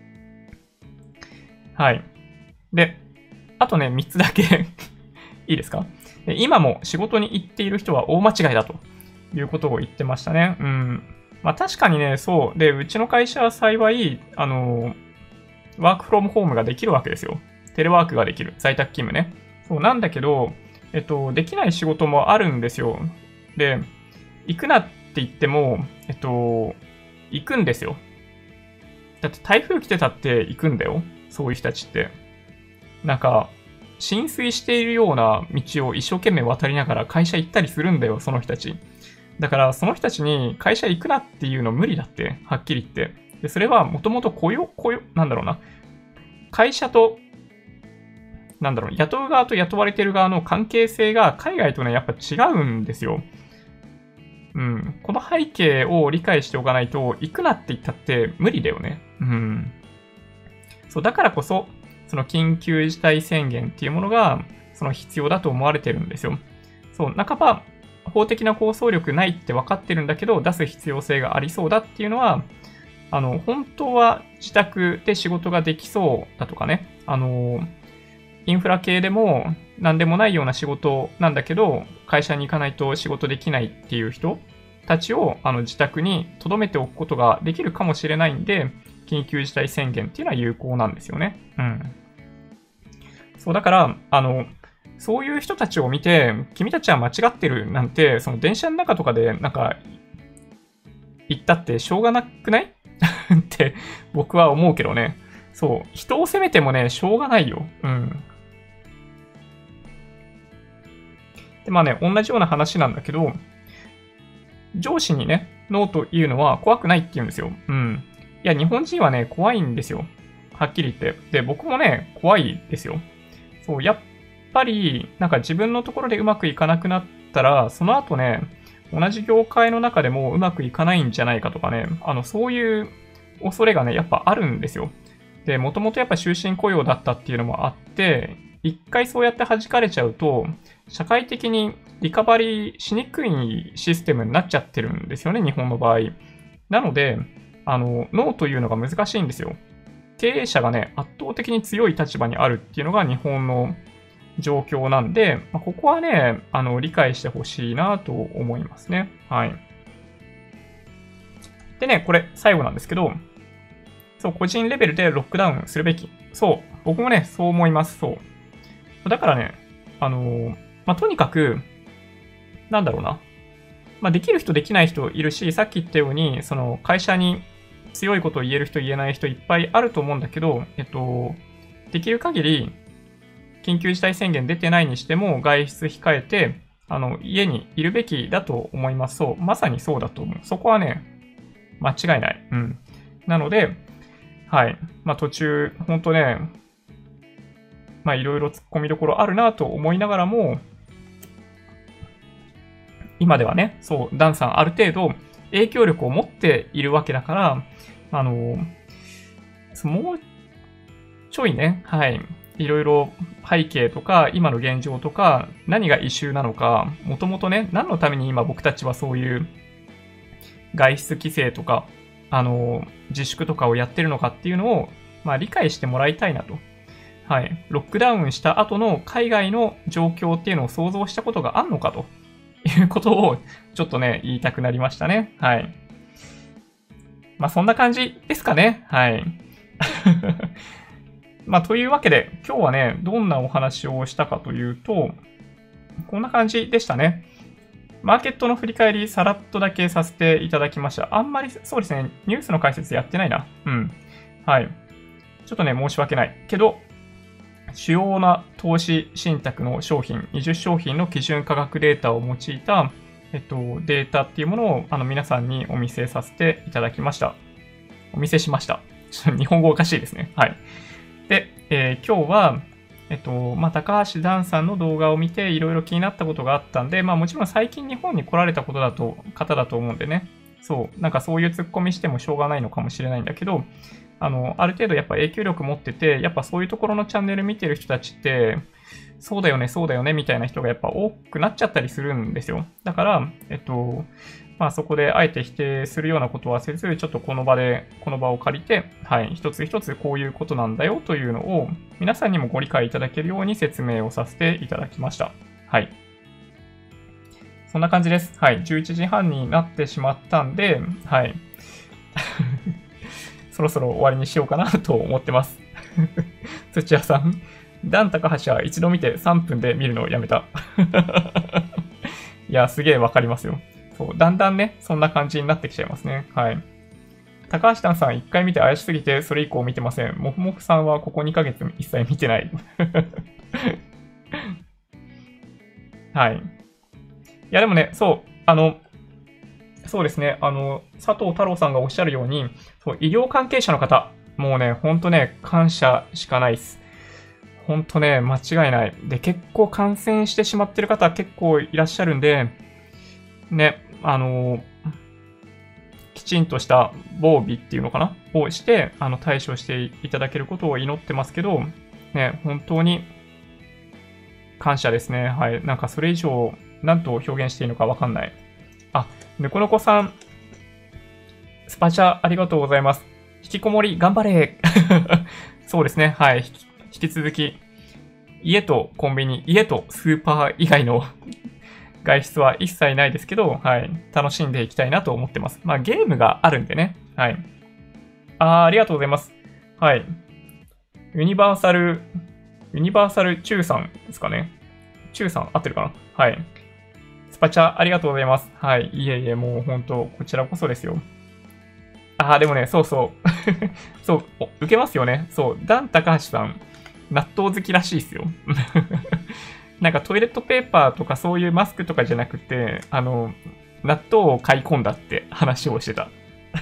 はい。で、あとね、みっつだけいいですか？今も仕事に行っている人は大間違いだということを言ってましたね。うん。まあ確かにね、そう。で、うちの会社は幸い、あの、ワークフロムホームができるわけですよ。テレワークができる。在宅勤務ね。そうなんだけど、えっと、できない仕事もあるんですよ。で、行くなって言っても、えっと、行くんですよ。だって台風来てたって行くんだよ。そういう人たちって。なんか、浸水しているような道を一生懸命渡りながら会社行ったりするんだよ、その人たち。だから、その人たちに会社行くなっていうの無理だって、はっきり言って。で、それはもともと雇用、雇用、なんだろうな。会社と、なんだろう、雇う側と雇われてる側の関係性が海外とね、やっぱ違うんですよ。うん。この背景を理解しておかないと、行くなって言ったって無理だよね。うん。そう、だからこそ、その緊急事態宣言っていうものが、 その必要だと思われてるんですよ。そう、半ば法的な構想力ないって分かってるんだけど、出す必要性がありそうだっていうのは、あの、本当は自宅で仕事ができそうだとかね、あの、インフラ系でも何でもないような仕事なんだけど、会社に行かないと仕事できないっていう人たちをあの自宅に留めておくことができるかもしれないんで、緊急事態宣言っていうのは有効なんですよね。うん。そう、だから、あの、そういう人たちを見て、君たちは間違ってるなんて、その電車の中とかでなんか、言ったってしょうがなくないって僕は思うけどね。そう、人を責めてもね、しょうがないよ。うん。で、まあね、同じような話なんだけど、上司にね、ノーというのは怖くないって言うんですよ。うん。いや、日本人はね、怖いんですよ。はっきり言って。で、僕もね、怖いですよ。そう、やっぱり、なんか自分のところでうまくいかなくなったら、その後ね、同じ業界の中でもうまくいかないんじゃないかとかね、あの、そういう恐れがね、やっぱあるんですよ。で、もともとやっぱ終身雇用だったっていうのもあって、一回そうやって弾かれちゃうと、社会的にリカバリーしにくいシステムになっちゃってるんですよね、日本の場合。なので、あの、ノーというのが難しいんですよ。経営者がね、圧倒的に強い立場にあるっていうのが日本の状況なんで、まあ、ここはね、あの、理解してほしいなと思いますね。はい。でね、これ最後なんですけど、そう、個人レベルでロックダウンするべき。そう、僕もね、そう思います。そう。だからね、あのー、まあ、とにかく、なんだろうな。まあ、できる人できない人いるし、さっき言ったように、その会社に強いことを言える人言えない人いっぱいあると思うんだけど、えっと、できる限り、緊急事態宣言出てないにしても外出控えて、あの、家にいるべきだと思います。そう、まさにそうだと思う。そこはね、間違いない。うん。なので、はい。まあ途中、ほんとね、まあいろいろ突っ込みどころあるなと思いながらも、今ではね、そう、ダンさんある程度影響力を持っているわけだから、あの、もうちょいね、はい。いろいろ背景とか、今の現状とか、何がイシューなのか、もともとね、何のために今僕たちはそういう外出規制とか、あの、自粛とかをやってるのかっていうのを、まあ理解してもらいたいなと。はい。ロックダウンした後の海外の状況っていうのを想像したことがあんのかということを、ちょっとね、言いたくなりましたね。はい。まあそんな感じですかね。はい。まあというわけで、今日はね、どんなお話をしたかというと、こんな感じでしたね。マーケットの振り返り、さらっとだけさせていただきました。あんまり、そうですね、ニュースの解説やってないな。うん。はい。ちょっとね、申し訳ない。けど、主要な投資信託の商品、にじゅう商品の基準価格データを用いた、えっと、データっていうものをあの皆さんにお見せさせていただきました。お見せしました。ちょっと日本語おかしいですね。はい。で、えー、今日は、えっと、まあ、高橋ダンさんの動画を見ていろいろ気になったことがあったんで、まあもちろん最近日本に来られたことだと、方だと思うんでね。そう、なんかそういう突っ込みしてもしょうがないのかもしれないんだけど、あの、ある程度やっぱ影響力持ってて、やっぱそういうところのチャンネル見てる人たちって、そうだよね、そうだよね、みたいな人がやっぱ多くなっちゃったりするんですよ。だから、えっと、まあそこであえて否定するようなことはせず、ちょっとこの場で、この場を借りて、はい、一つ一つこういうことなんだよというのを、皆さんにもご理解いただけるように説明をさせていただきました。はい。そんな感じです。はい。じゅういちじはんになってしまったんで、はい。そろそろ終わりにしようかなと思ってます。土屋さん、ダン高橋は一度見てさんぷんで見るのをやめた。いや、すげえわかりますよ。そう、だんだんね、そんな感じになってきちゃいますね。はい。高橋ダンさんいっかい見て怪しすぎて、それ以降見てません。もふもふさんはここにかげつ一切見てない。はい。いや、でもね、そう、あの、そうですね、あの、佐藤太郎さんがおっしゃるように、そう、医療関係者の方、もうね、ほんとね、感謝しかないです。ほんとね、間違いない。で、結構感染してしまってる方結構いらっしゃるんで、ね、あの、きちんとした防備っていうのかなをして、あの、対処していただけることを祈ってますけど、ね、本当に、 感謝ですね。はい。なんかそれ以上、何と表現していいのかわかんない。あ、ぬこのこさん、スパチャありがとうございます。引きこもり頑張れそうですね。はい。引き続き、家とコンビニ、家とスーパー以外の外出は一切ないですけど、はい。楽しんでいきたいなと思ってます。まあゲームがあるんでね。はい。あー、ありがとうございます。はい。ユニバーサル、ユニバーサルチューさんですかね。チューさん合ってるかな。はい。スパチャありがとうございます。はい。いえいえ、もう本当、こちらこそですよ。ああ、でもね、そうそう。そう、受けますよね。そう、ダン高橋さん、納豆好きらしいですよ。なんかトイレットペーパーとかそういうマスクとかじゃなくて、あの、納豆を買い込んだって話をしてた。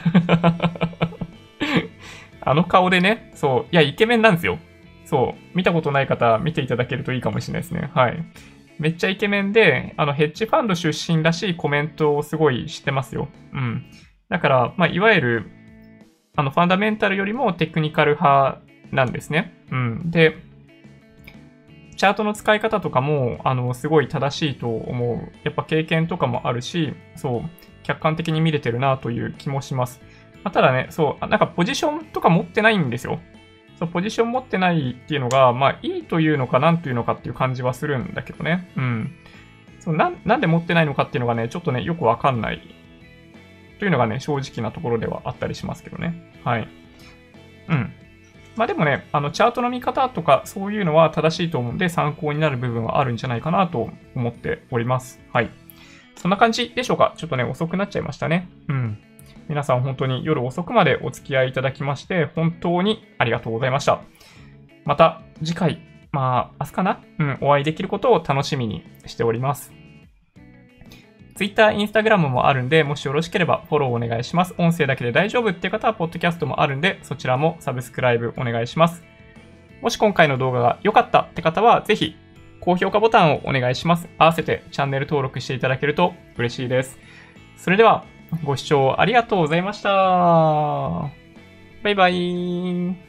あの顔でね、そう、いや、イケメンなんですよ。そう、見たことない方、見ていただけるといいかもしれないですね。はい。めっちゃイケメンで、あの、ヘッジファンド出身らしいコメントをすごいしてますよ。うん。だから、まあ、いわゆる、あの、ファンダメンタルよりもテクニカル派なんですね。うん。で、チャートの使い方とかも、あの、すごい正しいと思う。やっぱ経験とかもあるし、そう、客観的に見れてるなという気もします。まあ、ただね、そう、なんかポジションとか持ってないんですよ。そう、ポジション持ってないっていうのが、まあ、いいというのか、なんというのかっていう感じはするんだけどね。うん。そうな、なんで持ってないのかっていうのがね、ちょっとね、よくわかんない。というのがね、正直なところではあったりしますけどね。はい。うん。まあでもね、あの、チャートの見方とか、そういうのは正しいと思うんで、参考になる部分はあるんじゃないかなと思っております。はい。そんな感じでしょうか。ちょっとね、遅くなっちゃいましたね。うん。皆さん本当に夜遅くまでお付き合いいただきまして、本当にありがとうございました。また次回、まあ、明日かなうん、お会いできることを楽しみにしております。Twitter、Instagram もあるんで、もしよろしければフォローお願いします。音声だけで大丈夫っていう方は、ポッドキャストもあるんで、そちらもサブスクライブお願いします。もし今回の動画が良かったって方は、ぜひ、高評価ボタンをお願いします。合わせてチャンネル登録していただけると嬉しいです。それでは、ご視聴ありがとうございました。バイバイ。